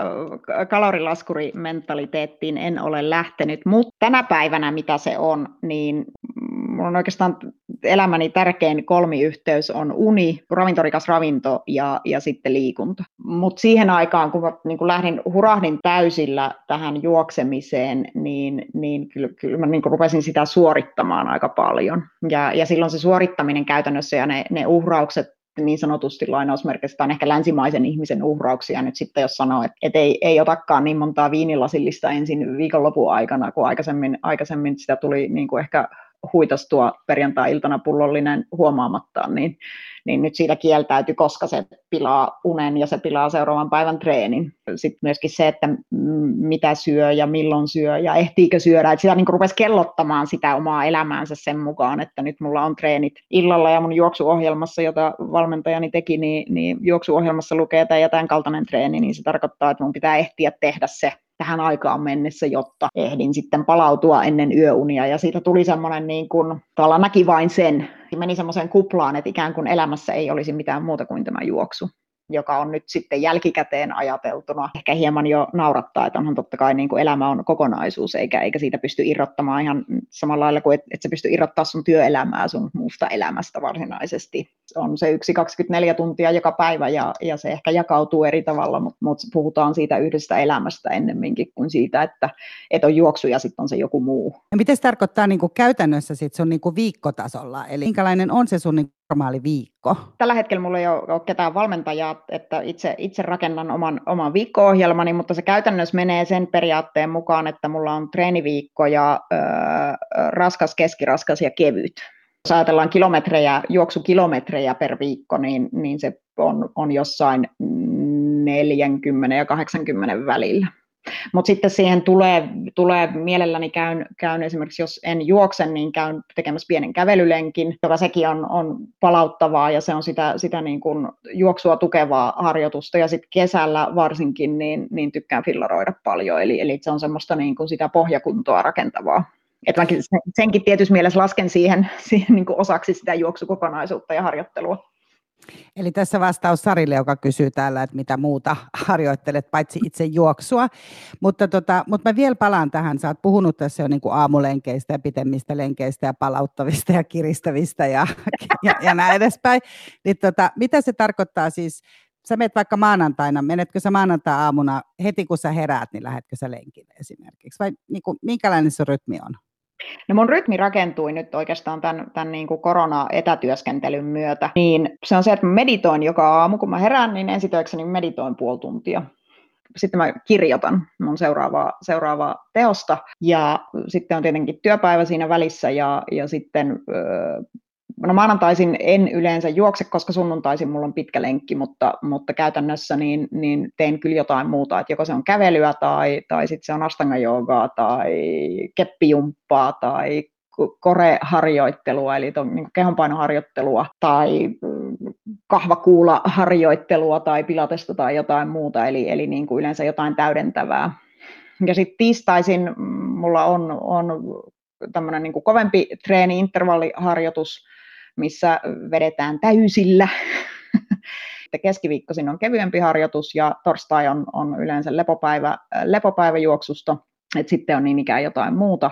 kalorilaskurimentaliteettiin en ole lähtenyt, mutta tänä päivänä mitä se on, niin mulla on oikeastaan elämäni tärkein kolmiyhteys on uni, ravintorikas ravinto ja, ja sitten liikunta. Mutta siihen aikaan, kun mä niin kun lähdin, hurahdin täysillä tähän juoksemiseen, niin, niin kyllä, kyllä mä niin kun rupesin sitä suorittamaan aika paljon. Ja, ja silloin se suorittaminen käytännössä ja ne, ne uhraukset, niin sanotusti lainausmerkeissä, on ehkä länsimaisen ihmisen uhrauksia nyt sitten, jos sanoo, että et ei, ei otakaan niin montaa viinilasillista ensin viikonlopun aikana, kun aikaisemmin, aikaisemmin sitä tuli niin kuin ehkä huitastua perjantai-iltana pullollinen huomaamattaan, niin, niin nyt siitä kieltäytyi, koska se pilaa unen ja se pilaa seuraavan päivän treenin. Sitten myöskin se, että mitä syö ja milloin syö ja ehtiikö syödä, että sitä niin kuin rupesi kellottamaan sitä omaa elämäänsä sen mukaan, että nyt mulla on treenit illalla ja mun juoksuohjelmassa, jota valmentajani teki, niin, niin juoksuohjelmassa lukee tämä ja tämän kaltainen treeni, niin se tarkoittaa, että mun pitää ehtiä tehdä se tähän aikaan mennessä, jotta ehdin sitten palautua ennen yöunia. Ja siitä tuli semmoinen, niin kuin, tavallaan näki vain sen, meni semmoiseen kuplaan, että ikään kuin elämässä ei olisi mitään muuta kuin tämä juoksu, joka on nyt sitten jälkikäteen ajateltuna ehkä hieman jo naurattaa, että onhan totta kai niin kuin elämä on kokonaisuus, eikä, eikä siitä pysty irrottamaan ihan samalla lailla kuin, että et sä pysty irrottaa sun työelämää sun muusta elämästä varsinaisesti. On se yksi kaksikymmentäneljä tuntia joka päivä ja, ja se ehkä jakautuu eri tavalla, mutta, mutta puhutaan siitä yhdestä elämästä ennemminkin kuin siitä, että et on juoksu ja sitten on se joku muu. Ja miten se tarkoittaa niin kuin käytännössä sit sun niin kuin viikkotasolla, eli minkälainen on se sun niin normaali viikko? Tällä hetkellä mulla ei ole ketään valmentajaa, että itse, itse rakennan oman, oman viikko-ohjelmani, mutta se käytännössä menee sen periaatteen mukaan, että mulla on treeniviikko ja ö, raskas, keskiraskas ja kevyt. Jos ajatellaan kilometrejä, juoksukilometrejä per viikko, niin, niin se on, on jossain neljäkymmentä ja kahdeksankymmentä välillä. Mutta sitten siihen tulee, tulee mielelläni käyn, käyn esimerkiksi, jos en juokse, niin käyn tekemässä pienen kävelylenkin, joka sekin on, on palauttavaa ja se on sitä, sitä niin kuin juoksua tukevaa harjoitusta. Ja sitten kesällä varsinkin niin, niin tykkään fillaroida paljon, eli, eli se on semmoista niin kuin sitä pohjakuntoa rakentavaa. Että mäkin senkin tietysti mielessä lasken siihen, siihen niin kuin osaksi sitä juoksukokonaisuutta ja harjoittelua. Eli tässä vastaus Sarille, joka kysyy täällä, että mitä muuta harjoittelet, paitsi itse juoksua. Mutta, tota, mutta mä vielä palaan tähän. Sä oot puhunut tässä jo niin kuin aamulenkeistä ja pitemmistä lenkeistä ja palauttavista ja kiristävistä ja, ja, ja näin edespäin. Niin tota, mitä se tarkoittaa siis? Sä menet vaikka maanantaina, menetkö sä maanantai-aamuna heti kun sä heräät, niin lähdetkö sä lenkille esimerkiksi? Vai niin kuin, minkälainen se rytmi on? No mun rytmi rakentui nyt oikeastaan tämän, tämän niin kuin korona-etätyöskentelyn myötä, niin se on se, että mä meditoin joka aamu, kun mä herään, niin ensitöikseni meditoin puoli tuntia. Sitten mä kirjoitan mun seuraavaa, seuraavaa teosta ja sitten on tietenkin työpäivä siinä välissä ja, ja sitten no maanantaisin en yleensä juokse, koska sunnuntaisin mulla on pitkä lenkki, mutta, mutta käytännössä niin, niin teen kyllä jotain muuta, että joko se on kävelyä tai, tai sitten se on astanga-joogaa tai keppijumppaa tai kore-harjoittelua, eli niin kehonpainoharjoittelua tai kahvakuula-harjoittelua tai pilatesta tai jotain muuta, eli, eli niin kuin yleensä jotain täydentävää. Ja sitten tiistaisin mulla on, on tämmöinen niin kuin kovempi treeni-intervalliharjoitus, missä vedetään täysillä. Keskiviikkoisin on kevyempi harjoitus ja torstai on, on yleensä lepopäivä, lepopäiväjuoksusta, että sitten on niin ikään jotain muuta.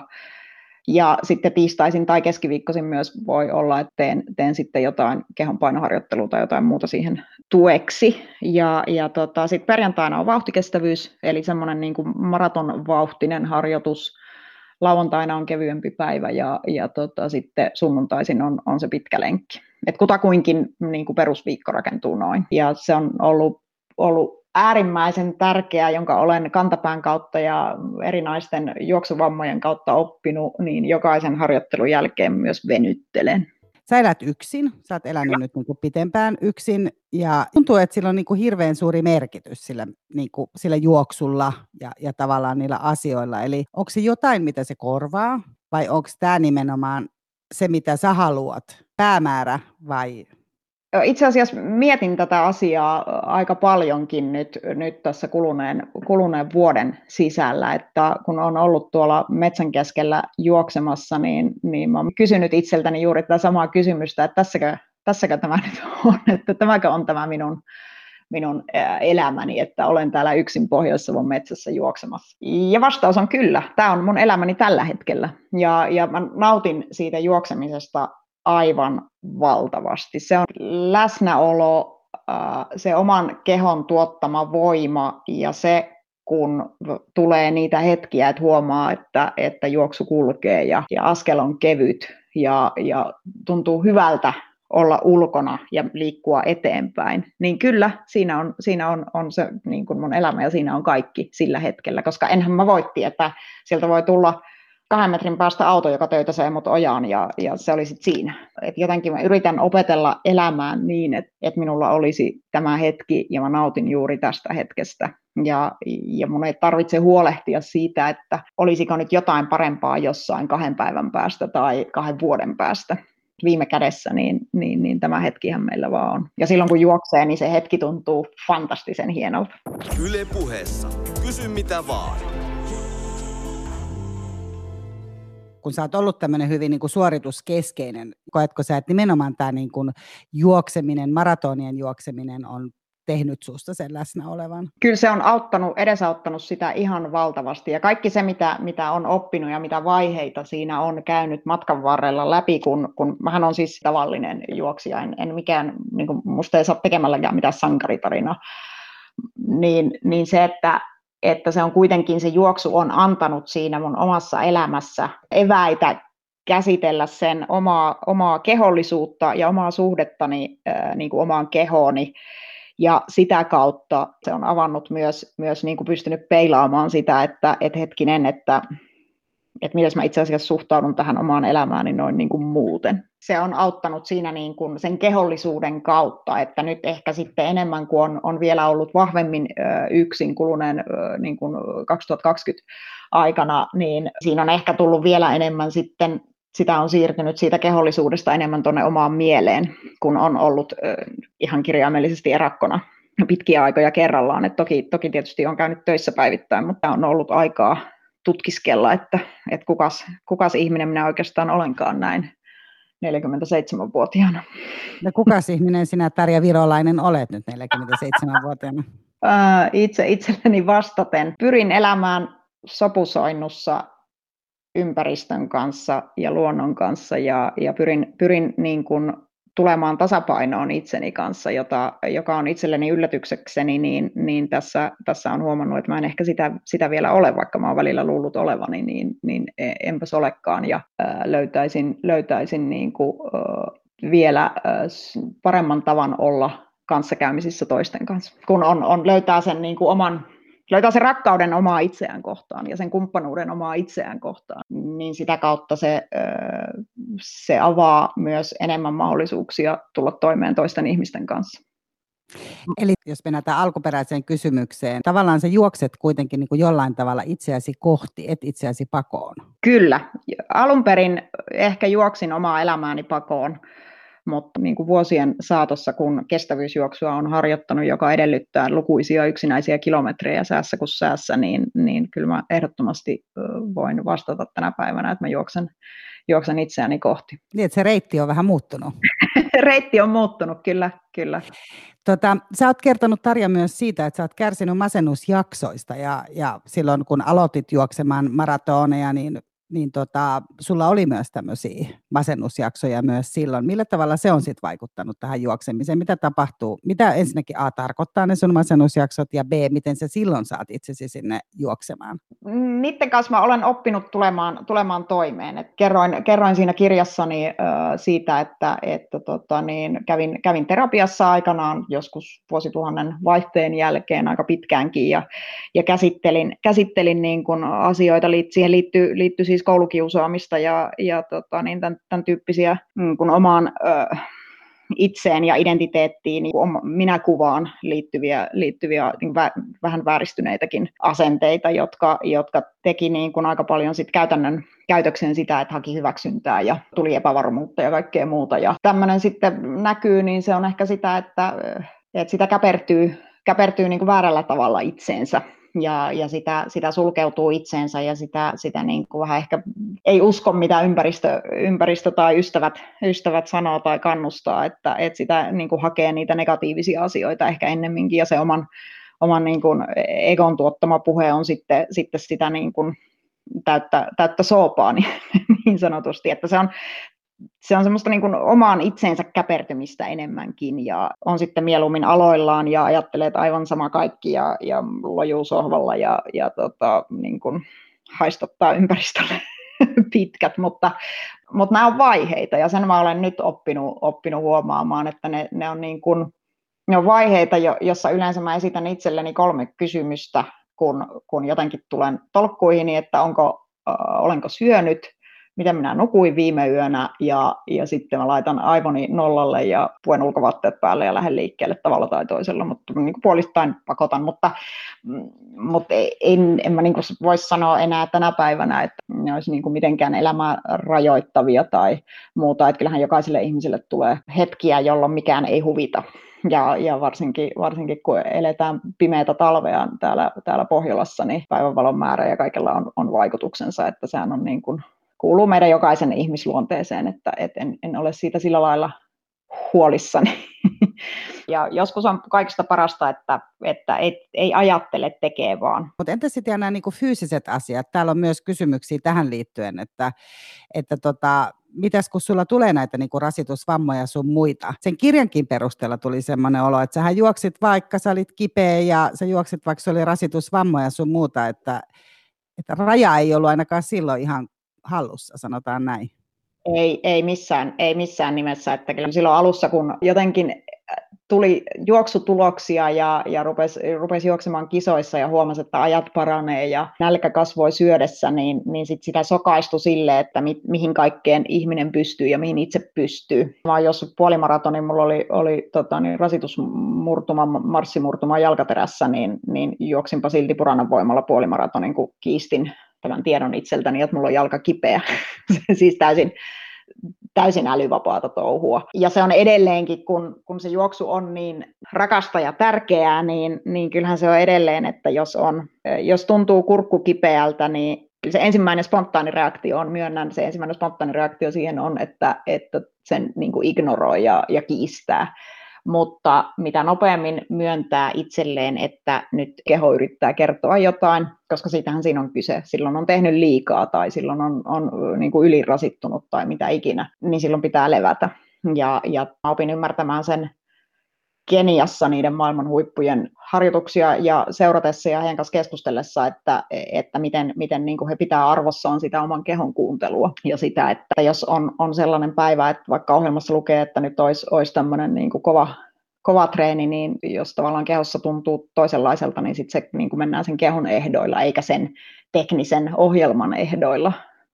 Ja sitten tiistaisin tai keskiviikkoisin myös voi olla, että teen, teen sitten jotain kehonpainoharjoittelua tai jotain muuta siihen tueksi. Ja, ja tota, sitten perjantaina on vauhtikestävyys, eli semmoinen niin kuin maratonvauhtinen harjoitus. Lauantaina on kevyempi päivä ja, ja tota, sitten sunnuntaisin on, on se pitkä lenkki. Et kutakuinkin niin kuin perusviikko rakentuu noin. Ja se on ollut, ollut äärimmäisen tärkeää, jonka olen kantapään kautta ja erinäisten juoksuvammojen kautta oppinut, niin jokaisen harjoittelun jälkeen myös venyttelen. Sä elät yksin, sä oot elänyt nyt niin kuin pitempään yksin ja tuntuu, että sillä on niin kuin hirveän suuri merkitys sillä, niin kuin sillä juoksulla ja, ja tavallaan niillä asioilla. Eli onko se jotain, mitä se korvaa vai onko tämä nimenomaan se, mitä sä haluat, päämäärä vai? Itse asiassa mietin tätä asiaa aika paljonkin nyt, nyt tässä kuluneen, kuluneen vuoden sisällä, että kun on ollut tuolla metsän keskellä juoksemassa, niin, niin mä oon kysynyt itseltäni juuri tätä samaa kysymystä, että tässäkö, tässäkö tämä nyt on, että tämäkö on tämä minun, minun elämäni, että olen täällä yksin Pohjois-Savon metsässä juoksemassa. Ja vastaus on kyllä, tämä on mun elämäni tällä hetkellä ja, ja mä nautin siitä juoksemisesta aivan valtavasti. Se on läsnäolo, se oman kehon tuottama voima ja se, kun tulee niitä hetkiä, että huomaa, että, että juoksu kulkee ja, ja askel on kevyt ja, ja tuntuu hyvältä olla ulkona ja liikkua eteenpäin, niin kyllä siinä on, siinä on, on se niin kuin mun elämä ja siinä on kaikki sillä hetkellä, koska enhän mä voi tietää, sieltä voi tulla kahden metrin päästä auto, joka töytäsee mut ojaan ja, ja se oli sitten siinä. Et jotenkin mä yritän opetella elämään niin, että et minulla olisi tämä hetki ja mä nautin juuri tästä hetkestä. Ja, ja mun ei tarvitse huolehtia siitä, että olisiko nyt jotain parempaa jossain kahden päivän päästä tai kahden vuoden päästä. Viime kädessä, niin, niin, niin tämä hetkihän meillä vaan on. Ja silloin kun juoksee, niin se hetki tuntuu fantastisen hienolta. Yle Puheessa. Kysy mitä vaan. Kun sä oot ollut tämmöinen hyvin niin kuin suorituskeskeinen, koetko sä, että nimenomaan tämä niin kuin juokseminen, maratonien juokseminen on tehnyt susta sen läsnä olevan? Kyllä se on auttanut, edesauttanut sitä ihan valtavasti ja kaikki se, mitä, mitä on oppinut ja mitä vaiheita siinä on käynyt matkan varrella läpi, kun, kun mähän on siis tavallinen juoksija, en, en mikään, niin kuin musta ei saa tekemälläkään mitään sankaritarinaa, niin, niin se, että että se on kuitenkin, se juoksu on antanut siinä mun omassa elämässä eväitä käsitellä sen omaa, omaa kehollisuutta ja omaa suhdettani ää, niin kuin omaan kehooni. Ja sitä kautta se on avannut myös, myös niin kuin pystynyt peilaamaan sitä, että et hetkinen, että että miten mä itse asiassa suhtaudun tähän omaan elämääni noin niin kuin muuten. Se on auttanut siinä niin kuin sen kehollisuuden kautta, että nyt ehkä sitten enemmän kuin on, on vielä ollut vahvemmin ö, yksin kuluneen ö, niin kuin kaksituhattakaksikymmentä aikana, niin siinä on ehkä tullut vielä enemmän sitten, sitä on siirtynyt siitä kehollisuudesta enemmän tuonne omaan mieleen, kun on ollut ö, ihan kirjaimellisesti erakkona pitkiä aikoja kerrallaan. Et toki, toki tietysti on käynyt töissä päivittäin, mutta on ollut aikaa tutkiskella, että, että kukas, kukas ihminen minä oikeastaan olenkaan näin neljäkymmentäseitsemänvuotiaana. No kukas ihminen sinä Tarja Virolainen olet nyt neljäkymmentäseitsemänvuotiaana? Itse itselleni vastaten pyrin elämään sopusoinnussa ympäristön kanssa ja luonnon kanssa ja, ja pyrin, pyrin niin kuin tulemaan tasapainoon itseni kanssa, jota, joka on itselleni yllätyksekseni, niin, niin tässä, tässä on huomannut, että mä en ehkä sitä, sitä vielä ole, vaikka mä oon välillä luullut olevani, niin, niin enpäs olekaan, ja ää, löytäisin, löytäisin niin kuin, ää, vielä ää, paremman tavan olla kanssakäymisissä toisten kanssa, kun on, on löytää sen niin kuin oman löytää sen rakkauden omaa itseään kohtaan ja sen kumppanuuden omaa itseään kohtaan, niin sitä kautta se, se avaa myös enemmän mahdollisuuksia tulla toimeen toisten ihmisten kanssa. Eli jos mennään tähän alkuperäiseen kysymykseen, tavallaan sä juokset kuitenkin niin kuin jollain tavalla itseäsi kohti, et itseäsi pakoon. Kyllä. Alun perin ehkä juoksin omaa elämääni pakoon, mutta niin kuin vuosien saatossa, kun kestävyysjuoksua on harjoittanut, joka edellyttää lukuisia yksinäisiä kilometrejä säässä kuin säässä, niin, niin kyllä mä ehdottomasti voin vastata tänä päivänä, että mä juoksen, juoksen itseäni kohti. Niin, että se reitti on vähän muuttunut. Reitti on muuttunut, kyllä, kyllä. Tota, sä oot kertonut, Tarja, myös siitä, että sä oot kärsinyt masennusjaksoista ja, ja silloin kun aloitit juoksemaan maratoneja, niin niin tota, sulla oli myös tämmöisiä masennusjaksoja myös silloin. Millä tavalla se on sitten vaikuttanut tähän juoksemiseen? Mitä tapahtuu? Mitä ensinnäkin A tarkoittaa ne sun masennusjaksot ja B, miten sä silloin saat itsesi sinne juoksemaan? Niiden kanssa mä olen oppinut tulemaan, tulemaan toimeen. Et kerroin, kerroin siinä kirjassani äh, siitä, että, että tota, niin, kävin, kävin terapiassa aikanaan joskus vuosituhannen vaihteen jälkeen aika pitkäänkin ja, ja käsittelin, käsittelin niin kun asioita, siihen liittyy, liittyy siis koulukiusaamista ja, ja tota, niin tämän, tämän tyyppisiä niin kun omaan ö, itseen ja identiteettiin, niin kuin minäkuvaan liittyviä, liittyviä niin vä, vähän vääristyneitäkin asenteita, jotka, jotka teki niin kuin aika paljon sit käytännön käytöksen sitä, että haki hyväksyntää ja tuli epävarmuutta ja kaikkea muuta. Ja tämmöinen sitten näkyy, niin se on ehkä sitä, että, että sitä käpertyy, käpertyy niin kuin väärällä tavalla itseensä. Ja, ja sitä, sitä sulkeutuu itseensä ja sitä, sitä niin kuin vähän ehkä ei usko, mitä ympäristö, ympäristö tai ystävät, ystävät sanoo tai kannustaa, että, että sitä niin kuin hakee niitä negatiivisia asioita ehkä ennemminkin ja se oman, oman niin kuin egon tuottama puhe on sitten, sitten sitä niin kuin täyttä, täyttä soopaa niin, niin sanotusti, että se on Se on semmoista niin kuin omaan itseensä käpertymistä enemmänkin ja on sitten mieluummin aloillaan ja ajattelee, että aivan sama kaikki ja, ja lojuu sohvalla ja, ja tota, niin kuin haistattaa ympäristölle pitkät, mutta, mutta nämä on vaiheita ja sen mä olen nyt oppinut, oppinut huomaamaan, että ne, ne, on niin kuin, ne on vaiheita, jossa yleensä mä esitän itselleni kolme kysymystä, kun, kun jotenkin tulen tolkkuihin, että onko, äh, olenko syönyt, miten minä nukuin viime yönä ja, ja sitten mä laitan aivoni nollalle ja puen ulkovaatteet päälle ja lähden liikkeelle tavalla tai toisella, mutta niin kuin puolistain pakotan, mutta, mutta en, en mä niin kuin voisi sanoa enää tänä päivänä, että ne olisi niin kuin mitenkään elämää rajoittavia tai muuta, että kyllähän jokaiselle ihmiselle tulee hetkiä, jolloin mikään ei huvita. Ja, ja varsinkin, varsinkin kun eletään pimeätä talvea täällä, täällä Pohjolassa, niin päivänvalon määrä ja kaikella on, on vaikutuksensa, että sehän on niin kuin kuuluu meidän jokaisen ihmisluonteeseen, että et en, en ole siitä sillä lailla huolissani. Ja joskus on kaikista parasta, että, että et, ei ajattele, tekee vaan. Mutta entä sitten nämä niinku fyysiset asiat? Täällä on myös kysymyksiä tähän liittyen, että, että tota, mitäs kun sulla tulee näitä niinku rasitusvammoja sun muita? Sen kirjankin perusteella tuli semmoinen olo, että sähän juoksit vaikka, sä olit kipeä ja sä juoksit vaikka se oli rasitusvammoja sun muuta, että, että raja ei ollut ainakaan silloin ihan hallussa, sanotaan näin. Ei, ei, missään, ei missään nimessä, että kyllä silloin alussa, kun jotenkin tuli juoksutuloksia ja, ja rupesi, rupesi juoksemaan kisoissa ja huomasi, että ajat paranee ja nälkä kasvoi syödessä, niin, niin sit sitä sokaistui sille, että mi, mihin kaikkeen ihminen pystyy ja mihin itse pystyy. Mä oon juossut puolimaratonin, mulla oli, oli tota, niin rasitusmurtuma, marssimurtuma jalkaterässä, niin, niin juoksinpa silti Puranan voimalla puolimaratonin, kun kiistin tämän tiedon itseltäni, että mulla on jalka kipeä. Siis täysin täysin älyvapaata touhua. Ja se on edelleenkin, kun, kun se juoksu on niin rakasta ja tärkeää, niin, niin kyllähän se on edelleen, että jos, on, jos tuntuu kurkku kipeältä, niin se ensimmäinen spontaani reaktio on, myönnän, se ensimmäinen spontaani reaktio siihen on, että, että sen niin kuin ignoroi ja, ja kiistää. Mutta mitä nopeammin myöntää itselleen, että nyt keho yrittää kertoa jotain, koska siitähän siinä on kyse, silloin on tehnyt liikaa tai silloin on, on niin kuin ylirasittunut tai mitä ikinä, niin silloin pitää levätä. Ja, ja opin ymmärtämään sen Keniassa niiden maailman huippujen harjoituksia ja seuratessa ja heidän kanssa keskustellessa, että, että miten, miten niin kuin he pitää arvossaan sitä oman kehon kuuntelua ja sitä, että jos on, on sellainen päivä, että vaikka ohjelmassa lukee, että nyt olisi, olisi tämmöinen niin kuin kova, kova treeni, niin jos tavallaan kehossa tuntuu toisenlaiselta, niin sitten se niin kuin mennään sen kehon ehdoilla eikä sen teknisen ohjelman ehdoilla,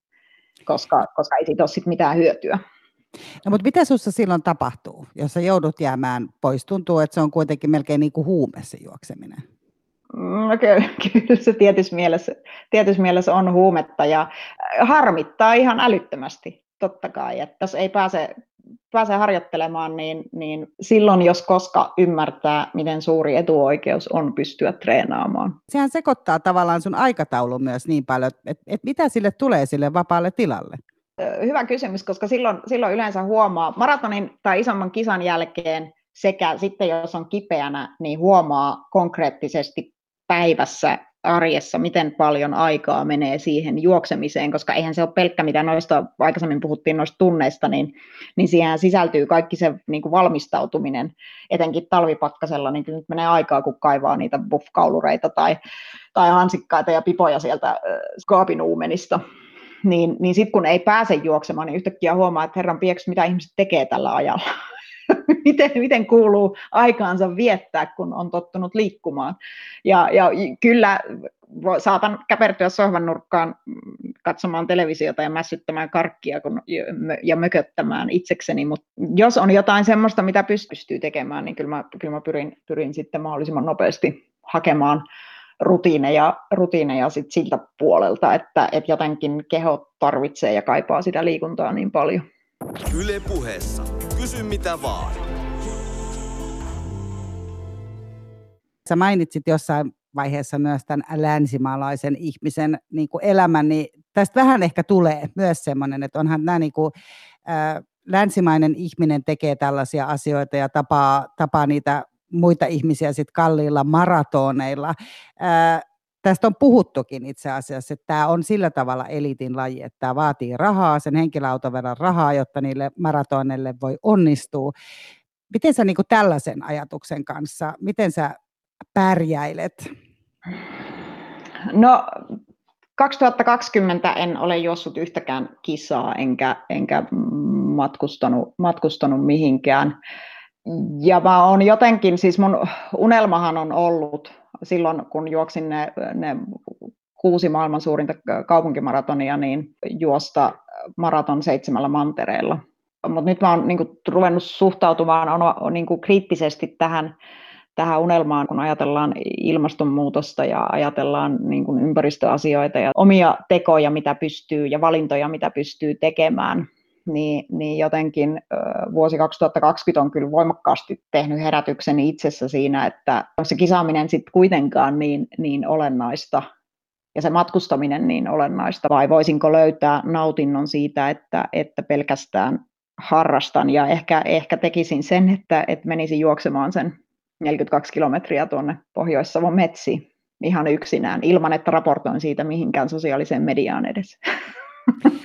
koska, koska ei siitä ole sit mitään hyötyä. No, mutta mitä sinussa silloin tapahtuu, jos sä joudut jäämään pois? Tuntuu, että se on kuitenkin melkein niin kuin huume se juokseminen. No, kyllä, kyllä se tietyssä mielessä, tietyssä mielessä on huumetta ja harmittaa ihan älyttömästi, totta kai. Että jos ei pääse, pääse harjoittelemaan, niin, niin silloin jos koska ymmärtää, miten suuri etuoikeus on pystyä treenaamaan. Sehän sekoittaa tavallaan sun aikataulun myös niin paljon, että, että mitä sille tulee sille vapaalle tilalle? Hyvä kysymys, koska silloin, silloin yleensä huomaa maratonin tai isomman kisan jälkeen sekä sitten jos on kipeänä, niin huomaa konkreettisesti päivässä arjessa, miten paljon aikaa menee siihen juoksemiseen, koska eihän se ole pelkkä, mitä noista aikaisemmin puhuttiin noista tunneista, niin, niin siihen sisältyy kaikki se niin kuin valmistautuminen, etenkin talvipakkasella, niin kyllä nyt menee aikaa, kun kaivaa niitä buff-kaulureita tai, tai hansikkaita ja pipoja sieltä äh, skaapin uumenista. Niin, niin sitten kun ei pääse juoksemaan, niin yhtäkkiä huomaa, että herran pieks, mitä ihmiset tekee tällä ajalla. miten, miten kuuluu aikaansa viettää, kun on tottunut liikkumaan. Ja, ja kyllä saatan käpertyä sohvan nurkkaan katsomaan televisiota ja mässyttämään karkkia kun, ja mököttämään itsekseni, mutta jos on jotain semmoista, mitä pystyy tekemään, niin kyllä mä, kyllä mä pyrin, pyrin sitten mahdollisimman nopeasti hakemaan rutiineja, rutiineja sit siltä puolelta, että et jotenkin keho tarvitsee ja kaipaa sitä liikuntaa niin paljon. Yle Puheessa. Kysy mitä vaan. Sä mainitsit jossain vaiheessa myös tämän länsimaalaisen ihmisen niin kuin elämän, niin tästä vähän ehkä tulee myös semmoinen, että onhan nämä niin kuin, ä, länsimainen ihminen tekee tällaisia asioita ja tapaa, tapaa niitä muita ihmisiä sit kalliilla maratoneilla. Ää, tästä on puhuttukin itse asiassa, että tämä on sillä tavalla eliitin laji, että tämä vaatii rahaa, sen henkilöauton verran rahaa, jotta niille maratoneille voi onnistua. Miten sä niin kuin tällaisen ajatuksen kanssa, miten sä pärjäilet? No kaksituhattakaksikymmentä en ole juossut yhtäkään kisaa enkä, enkä matkustanut, matkustanut mihinkään. Ja mä oon jotenkin, siis mun unelmahan on ollut silloin, kun juoksin ne, ne kuusi maailman suurinta kaupunkimaratonia, niin juosta maraton seitsemällä mantereella. Mutta nyt mä oon niinku ruvennut suhtautumaan on, on, niinku kriittisesti tähän, tähän unelmaan, kun ajatellaan ilmastonmuutosta ja ajatellaan niinku ympäristöasioita ja omia tekoja, mitä pystyy ja valintoja, mitä pystyy tekemään. Niin, niin jotenkin vuosi kaksituhattakaksikymmentä on kyllä voimakkaasti tehnyt herätyksen itsessä siinä, että on se kisaaminen sitten kuitenkaan niin, niin olennaista ja se matkustaminen niin olennaista, vai voisinko löytää nautinnon siitä, että, että pelkästään harrastan ja ehkä, ehkä tekisin sen, että, että menisin juoksemaan sen neljäkymmentäkaksi kilometriä tuonne Pohjois-Savon metsiin ihan yksinään, ilman että raportoin siitä mihinkään sosiaaliseen mediaan edes.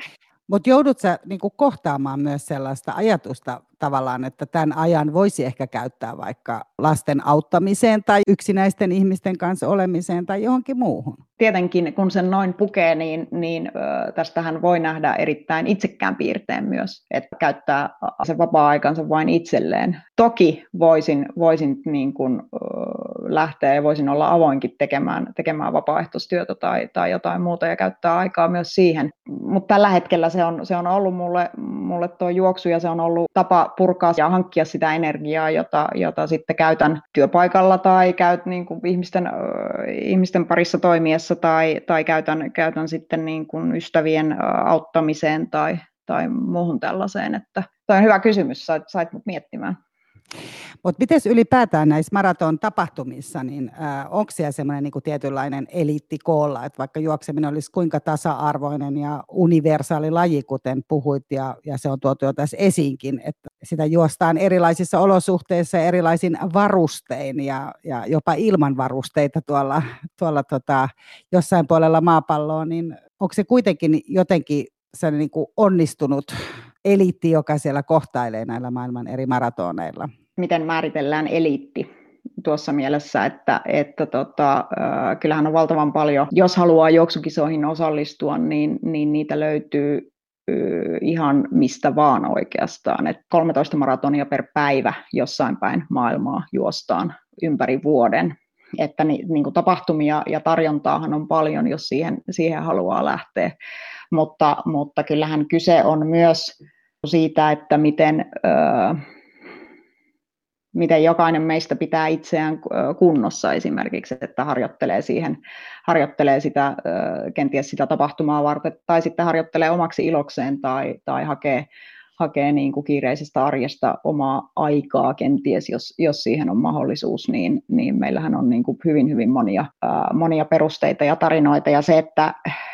Mutta joudut sä niinku kohtaamaan myös sellaista ajatusta tavallaan, että tämän ajan voisi ehkä käyttää vaikka lasten auttamiseen tai yksinäisten ihmisten kanssa olemiseen tai johonkin muuhun? Tietenkin, kun sen noin pukee, niin, niin ö, tästähän voi nähdä erittäin itsekkään piirteen myös, että käyttää sen vapaa-aikansa vain itselleen. Toki voisin, voisin niin kuin, ö, lähteä ja voisin olla avoinkin tekemään, tekemään vapaaehtoistyötä tai, tai jotain muuta ja käyttää aikaa myös siihen. Mutta tällä hetkellä se on, se on ollut mulle, mulle tuo juoksu ja se on ollut tapa purkaa ja hankkia sitä energiaa, jota, jota sitten käytän työpaikalla tai käyt niin kuin ihmisten, ö, ihmisten parissa toimiessa tai, tai käytän, käytän sitten niin kuin ystävien auttamiseen tai, tai muuhun tällaiseen. Että toi on hyvä kysymys, sait, sait mut miettimään. Mutta miten ylipäätään näissä maraton tapahtumissa, niin äh, onko siellä semmoinen niinku tietynlainen eliitti koolla, että vaikka juokseminen olisi kuinka tasa-arvoinen ja universaali laji, kuten puhuit, ja, ja se on tuotu jo tässä esiinkin, että sitä juostaan erilaisissa olosuhteissa, erilaisin varustein ja, ja jopa ilman varusteita tuolla, tuolla tota, jossain puolella maapalloa, niin onko se kuitenkin jotenkin sellainen niinku onnistunut eliitti, joka siellä kohtailee näillä maailman eri maratoneilla? Miten määritellään eliitti tuossa mielessä, että, että tota, äh, kyllähän on valtavan paljon, jos haluaa juoksukisoihin osallistua, niin, niin niitä löytyy äh, ihan mistä vaan oikeastaan. Et kolmetoista maratonia per päivä jossain päin maailmaa juostaan ympäri vuoden. Että ni, niin kuin tapahtumia ja tarjontaahan on paljon, jos siihen, siihen haluaa lähteä. Mutta, mutta kyllähän kyse on myös siitä, että miten, öö, miten jokainen meistä pitää itseään kunnossa esimerkiksi, että harjoittelee, siihen, harjoittelee sitä, öö, kenties sitä tapahtumaa varten, tai sitten harjoittelee omaksi ilokseen tai, tai hakee, hakee niin kuin kiireisestä arjesta omaa aikaa kenties, jos, jos siihen on mahdollisuus, niin, niin meillähän on niin kuin hyvin, hyvin monia, öö, monia perusteita ja tarinoita, ja se, että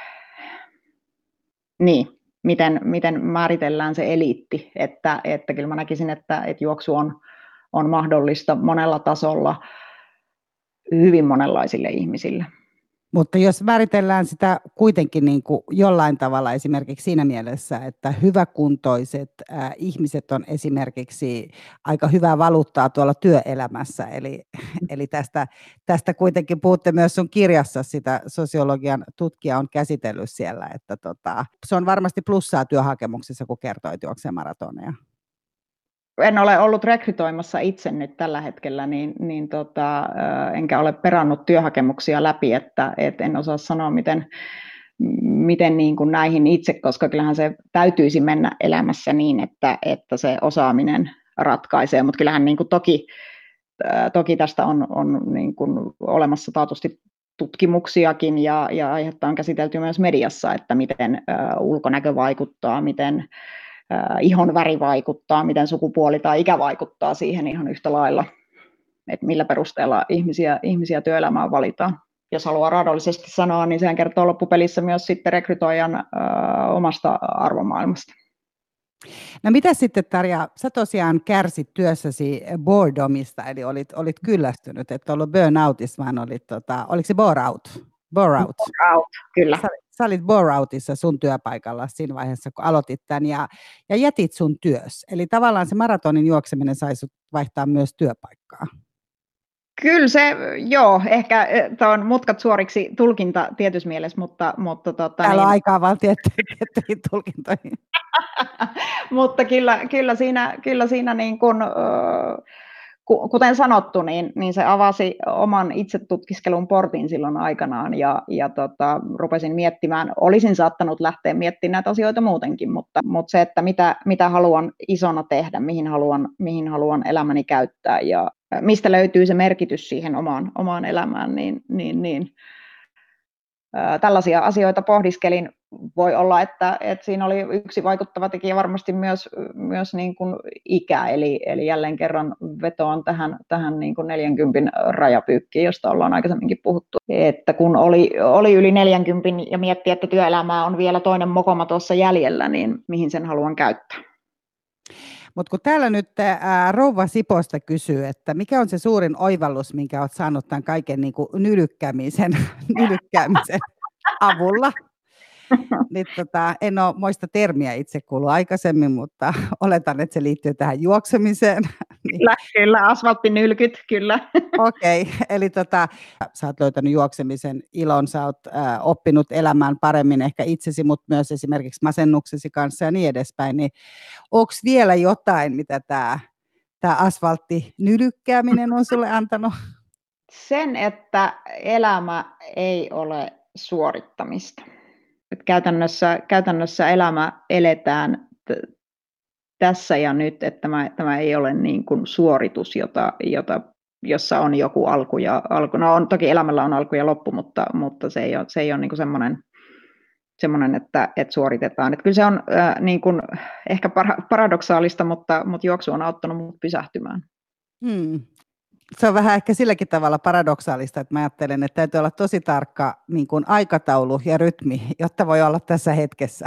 niin, miten, miten määritellään se eliitti, että, että kyllä mä näkisin, että, että juoksu on, on mahdollista monella tasolla hyvin monenlaisille ihmisille. Mutta jos määritellään sitä kuitenkin niin kuin jollain tavalla esimerkiksi siinä mielessä, että hyväkuntoiset äh, ihmiset on esimerkiksi aika hyvää valuuttaa tuolla työelämässä, eli, eli tästä, tästä kuitenkin puhutte myös sun kirjassa, sitä sosiologian tutkija on käsitellyt siellä, että tota, se on varmasti plussaa työhakemuksissa, kun kertoit juokseen maratoneja. En ole ollut rekrytoimassa itse nyt tällä hetkellä, niin, niin tota, enkä ole perannut työhakemuksia läpi, että et en osaa sanoa, miten, miten niin kuin näihin itse, koska kyllähän se täytyisi mennä elämässä niin, että, että se osaaminen ratkaisee, mutta kyllähän niin kuin toki, toki tästä on, on niin kuin olemassa taatusti tutkimuksiakin ja, ja aihetta on käsitelty myös mediassa, että miten ulkonäkö vaikuttaa, miten ihon väri vaikuttaa, miten sukupuoli tai ikä vaikuttaa siihen ihan yhtä lailla, että millä perusteella ihmisiä, ihmisiä työelämään valitaan. Jos haluaa raadollisesti sanoa, niin sehän kertoo loppupelissä myös sitten rekrytoijan ö, omasta arvomaailmasta. No mitä sitten, Tarja, sä tosiaan kärsit työssäsi boredomista, eli olit, olit kyllästynyt, et ollut burnoutissa, vaan olit, tota, oliko se bore-out? Bore-out. Bore-out, kyllä. Sä, sä olit bore-outissa sun työpaikalla siinä vaiheessa, kun aloitit tämän, ja, ja jätit sun työs. Eli tavallaan se maratonin juokseminen sai sut vaihtaa myös työpaikkaa. Kyllä se, joo, ehkä tuon mutkat suoriksi tulkinta tietyssä mielessä, mutta... mutta tota, Täällä niin... on aikaa vaan tiettyihin tulkintoihin. Mutta kyllä, kyllä siinä, kyllä siinä niin kun, kuten sanottu, niin, niin se avasi oman itsetutkiskelun portin silloin aikanaan ja, ja tota, rupesin miettimään, olisin saattanut lähteä miettimään näitä asioita muutenkin, mutta, mutta se, että mitä, mitä haluan isona tehdä, mihin haluan, mihin haluan elämäni käyttää ja mistä löytyy se merkitys siihen omaan, omaan elämään, niin, niin, niin ää, tällaisia asioita pohdiskelin. Voi olla, että, että siinä oli yksi vaikuttava tekijä varmasti myös, myös niin kuin ikä, eli, eli jälleen kerran vetoan tähän, tähän niin kuin neljänkympin rajapyykkiin, josta ollaan aikaisemminkin puhuttu. Että kun oli, oli yli neljänkympin ja mietti, että työelämää on vielä toinen mokoma tuossa jäljellä, niin mihin sen haluan käyttää? Mutta kun täällä nyt ää, rouva Siposta kysyy, että mikä on se suurin oivallus, minkä olet saanut tämän kaiken niin kuin nylykkäämisen, nylykkäämisen avulla, Niin, tota, en ole moista termiä itse kuullut aikaisemmin, mutta oletan, että se liittyy tähän juoksemiseen. Niin. Kyllä, kyllä, asfalttinylkyt, kyllä. Okei, okay, eli tota, sä oot löytänyt juoksemisen ilon, sä oot äh, oppinut elämään paremmin ehkä itsesi, mutta myös esimerkiksi masennuksesi kanssa ja niin edespäin. Niin onko vielä jotain, mitä tämä tää asfalttinylykkääminen on sulle antanut? Sen, että elämä ei ole suorittamista. Et käytännössä, käytännössä elämä eletään t- tässä ja nyt, että tämä, tämä ei ole niin kuin suoritus, jota, jota, jossa on joku alku ja alku. No on, toki elämällä on alku ja loppu, mutta, mutta se ei ole, se ei ole niin kuin semmoinen, semmoinen että, että suoritetaan. Että kyllä se on äh, niin kuin, ehkä para, paradoksaalista, mutta, mutta juoksu on auttanut minut pysähtymään. Hmm. Se on vähän ehkä silläkin tavalla paradoksaalista, että mä ajattelen, että täytyy olla tosi tarkka niin kuin aikataulu ja rytmi, jotta voi olla tässä hetkessä.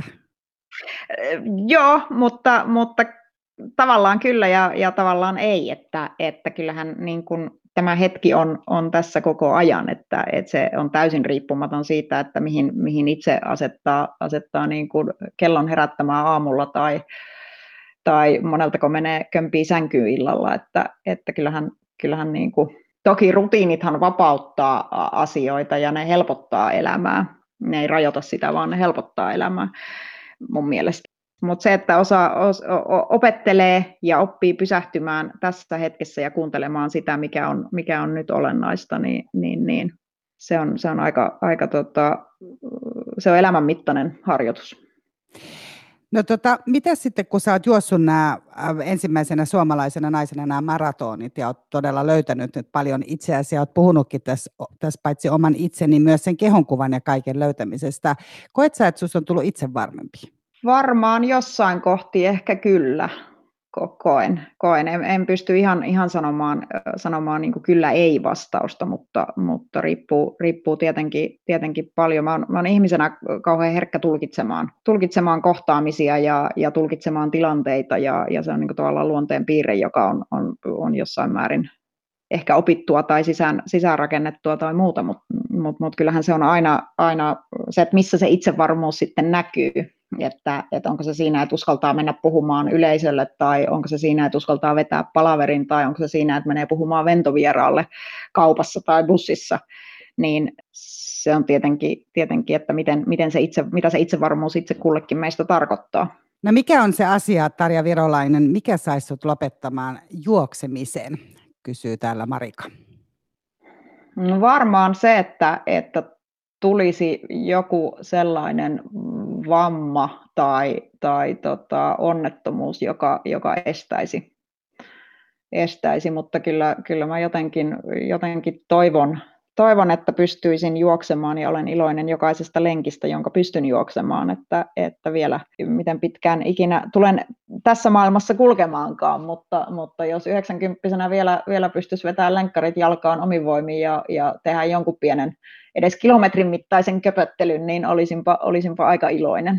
Joo, mutta, mutta tavallaan kyllä ja, ja tavallaan ei, että, että kyllähän niin kuin tämä hetki on, on tässä koko ajan, että, että se on täysin riippumaton siitä, että mihin, mihin itse asettaa, asettaa niin kuin kellon herättämään aamulla tai, tai moneltako menee kömpii sänkyyn illalla, että, että kyllähän, kyllähän niin kuin, toki rutiinithan vapauttaa asioita ja ne helpottaa elämää, ne ei rajoita sitä, vaan ne helpottaa elämää mun mielestä. Mutta se, että osa, os, opettelee ja oppii pysähtymään tässä hetkessä ja kuuntelemaan sitä, mikä on, mikä on nyt olennaista, niin, niin, niin se on, se on aika, aika tota, se on elämän mittainen harjoitus. No tota, mitä sitten, kun sä oot juossut nämä ensimmäisenä suomalaisena naisena nämä maratonit ja oot todella löytänyt nyt paljon itseäsi ja oot puhunutkin tässä, tässä paitsi oman itseni, niin myös sen kehonkuvan ja kaiken löytämisestä. Koet sä, että susta on tullut itse varmempi? Varmaan jossain kohti ehkä kyllä. Koen, koen. En, en pysty ihan, ihan sanomaan, sanomaan niin kuin kyllä ei vastausta, mutta, mutta riippuu, riippuu tietenkin, tietenkin paljon. Mä oon, mä oon ihmisenä kauhean herkkä tulkitsemaan, tulkitsemaan kohtaamisia ja, ja tulkitsemaan tilanteita ja, ja se on niin kuin tavallaan luonteen piirre, joka on, on, on jossain määrin ehkä opittua tai sisään, sisäänrakennettua tai muuta, mutta mut, mut kyllähän se on aina, aina se, että missä se itsevarmuus sitten näkyy. Että, että onko se siinä, että uskaltaa mennä puhumaan yleisölle, tai onko se siinä, että uskaltaa vetää palaverin, tai onko se siinä, että menee puhumaan ventovieraalle kaupassa tai bussissa, niin se on tietenkin, tietenkin että miten, miten se itse, mitä se itsevarmuus itse kullekin meistä tarkoittaa. No mikä on se asia, Tarja Virolainen, mikä saisi sut lopettamaan juoksemisen, kysyy täällä Marika. No varmaan se, että, että tulisi joku sellainen vamma tai, tai tota, onnettomuus, joka, joka estäisi, estäisi, mutta kyllä, kyllä mä jotenkin, jotenkin toivon, toivon, että pystyisin juoksemaan ja olen iloinen jokaisesta lenkistä, jonka pystyn juoksemaan, että, että vielä miten pitkään ikinä tulen tässä maailmassa kulkemaankaan, mutta, mutta jos yhdeksänkymppisenä vielä, vielä pystyisi vetämään lenkkarit jalkaan omin voimiin ja, ja tehdä jonkun pienen edes kilometrin mittaisen köpöttelyn, niin olisinpa, olisinpa aika iloinen.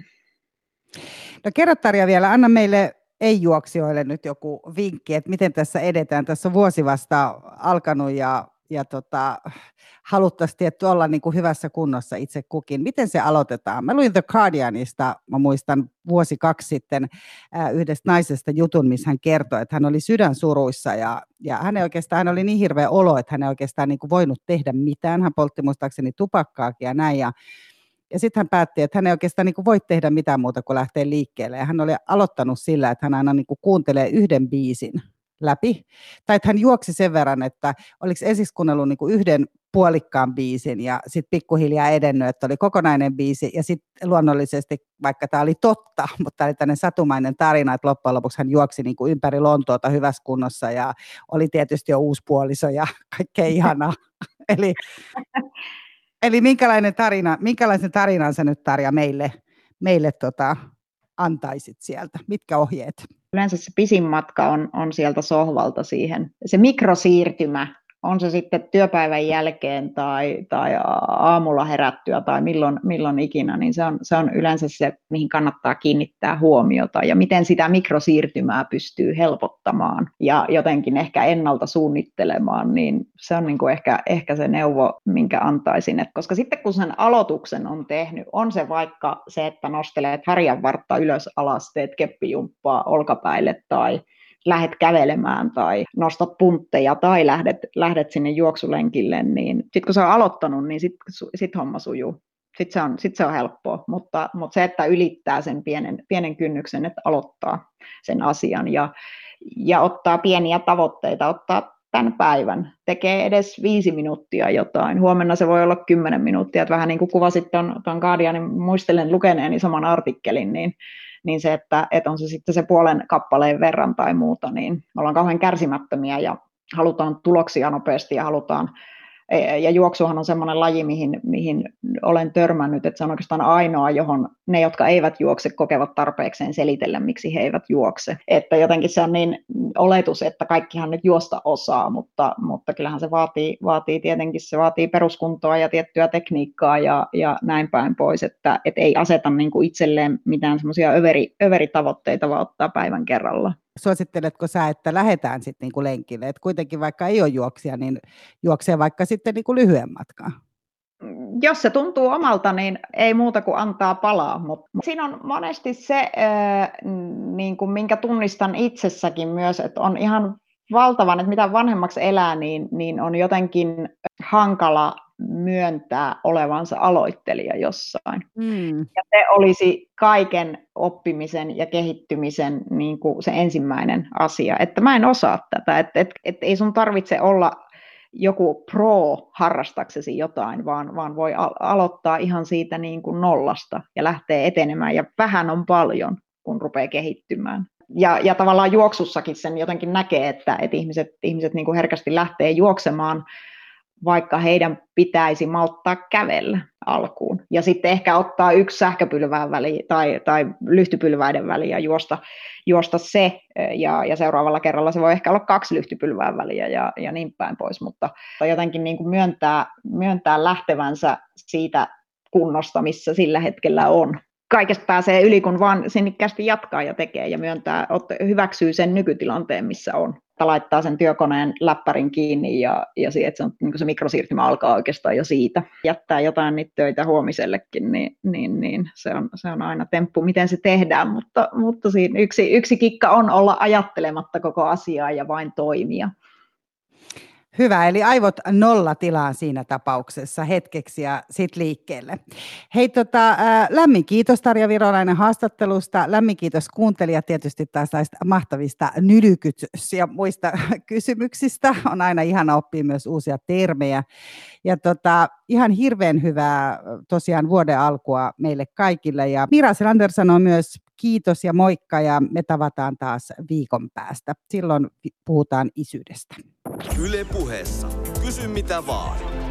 No kerro Tarja vielä, anna meille ei-juoksijoille nyt joku vinkki, että miten tässä edetään. Tässä on vuosi vasta alkanut ja, ja tota, haluttaisiin tietty olla niin kuin hyvässä kunnossa itse kukin. Miten se aloitetaan? Mä luin The Guardianista, mä muistan vuosi kaksi sitten äh, yhdestä naisesta jutun, missä hän kertoi, että hän oli sydänsuruissa ja, ja hän, oikeastaan, hän oli niin hirveä olo, että hän ei oikeastaan niin kuin voinut tehdä mitään. Hän poltti muistaakseni tupakkaakin ja näin ja Ja sitten hän päätti, että hän ei oikeastaan niin kuin voi tehdä mitään muuta kuin lähteä liikkeelle. Ja hän oli aloittanut sillä, että hän aina niin kuin kuuntelee yhden biisin läpi. Tai että hän juoksi sen verran, että oliko ensiksi kuunnellut niin kuin yhden puolikkaan biisin ja sitten pikkuhiljaa edennyt, että oli kokonainen biisi. Ja sitten luonnollisesti, vaikka tämä oli totta, mutta tämä oli tämmöinen satumainen tarina, että loppujen lopuksi hän juoksi niin kuin ympäri Lontoota hyvässä kunnossa ja oli tietysti jo uusi puoliso ja kaikkea ihanaa. Eli... Eli minkälainen tarina, minkälaisen tarinan sä nyt Tarja meille, meille tota, antaisit sieltä? Mitkä ohjeet? Yleensä se pisin matka on, on sieltä sohvalta siihen. Se mikrosiirtymä on se sitten työpäivän jälkeen tai, tai aamulla herättyä tai milloin, milloin ikinä, niin se on, se on yleensä se, mihin kannattaa kiinnittää huomiota ja miten sitä mikrosiirtymää pystyy helpottamaan ja jotenkin ehkä ennalta suunnittelemaan, niin se on niin kuin ehkä, ehkä se neuvo, minkä antaisin. Et koska sitten kun sen aloituksen on tehnyt, on se vaikka se, että nostelet harjanvartta ylös alas, teet keppijumppaa olkapäille tai lähdet kävelemään tai nostat puntteja tai lähdet, lähdet sinne juoksulenkille, niin sitten kun se on aloittanut, niin sitten sit homma sujuu. Sitten se on, sit se on helppoa, mutta, mutta se, että ylittää sen pienen, pienen kynnyksen, että aloittaa sen asian ja, ja ottaa pieniä tavoitteita, ottaa tämän päivän, tekee edes viisi minuuttia jotain. Huomenna se voi olla kymmenen minuuttia, että vähän niin kuin kuvasit tuon, tuon Guardianin, muistelen lukeneeni saman artikkelin, niin niin se, että, että on se sitten se puolen kappaleen verran tai muuta, niin me ollaan kauhean kärsimättömiä ja halutaan tuloksia nopeasti ja halutaan, ja juoksuhan on semmoinen laji, mihin, mihin olen törmännyt, että se on oikeastaan ainoa, johon ne, jotka eivät juokse, kokevat tarpeekseen selitellä, miksi he eivät juokse. Että jotenkin se on niin oletus, että kaikkihan nyt juosta osaa, mutta, mutta kyllähän se vaatii, vaatii tietenkin, se vaatii peruskuntoa ja tiettyä tekniikkaa ja, ja näin päin pois, että et ei aseta niin kuin itselleen mitään semmoisia överi, överitavoitteita, vaan ottaa päivän kerralla. Suositteletko sä, että lähdetään sitten niinku lenkille, että kuitenkin vaikka ei ole juoksia, niin juoksee vaikka sitten niinku lyhyen matkan? Jos se tuntuu omalta, niin ei muuta kuin antaa palaa, mutta siinä on monesti se, niin kuin minkä tunnistan itsessäkin myös, että on ihan valtavan, että mitä vanhemmaksi elää, niin, niin on jotenkin hankala myöntää olevansa aloittelija jossain. Mm. Ja se olisi kaiken oppimisen ja kehittymisen niin kuin se ensimmäinen asia, että mä en osaa tätä, että et, et ei sun tarvitse olla joku pro harrastaksesi jotain, vaan, vaan voi al- aloittaa ihan siitä niin kuin nollasta ja lähteä etenemään, ja vähän on paljon, kun rupeaa kehittymään. Ja, ja tavallaan juoksussakin sen jotenkin näkee, että, että ihmiset, ihmiset niin kuin herkästi lähtee juoksemaan, vaikka heidän pitäisi malttaa kävellä alkuun. Ja sitten ehkä ottaa yksi sähköpylvään väli tai, tai lyhtypylväiden väli ja juosta, juosta se. Ja, ja seuraavalla kerralla se voi ehkä olla kaksi lyhtypylvään väliä ja, ja niin päin pois. Mutta jotenkin niin kuin myöntää, myöntää lähtevänsä siitä kunnosta, missä sillä hetkellä on. Kaikesta pääsee yli, kun vaan sinnikkäästi jatkaa ja tekee ja myöntää, hyväksyy sen nykytilanteen, missä on. Laittaa sen työkoneen läppärin kiinni ja, ja se, että se, on, niin se mikrosiirtymä alkaa oikeastaan jo siitä. Jättää jotain niitä töitä huomisellekin, niin, niin, niin se, on, se on aina temppu, miten se tehdään. Mutta, mutta siinä yksi, yksi kikka on olla ajattelematta koko asiaa ja vain toimia. Hyvä, eli aivot nollatilaan siinä tapauksessa hetkeksi ja sitten liikkeelle. Hei, tota, ää, lämmin kiitos Tarja Virolainen haastattelusta. Lämmin kiitos kuuntelijat tietysti taas näistä mahtavista nylykys- ja muista kysymyksistä. On aina ihana oppia myös uusia termejä. Ja tota, ihan hirveän hyvää tosiaan vuoden alkua meille kaikille. Ja Mira Selander sanoo myös kiitos ja moikka, ja me tavataan taas viikon päästä. Silloin puhutaan isyydestä. Yle Puheessa. Kysy mitä vaan.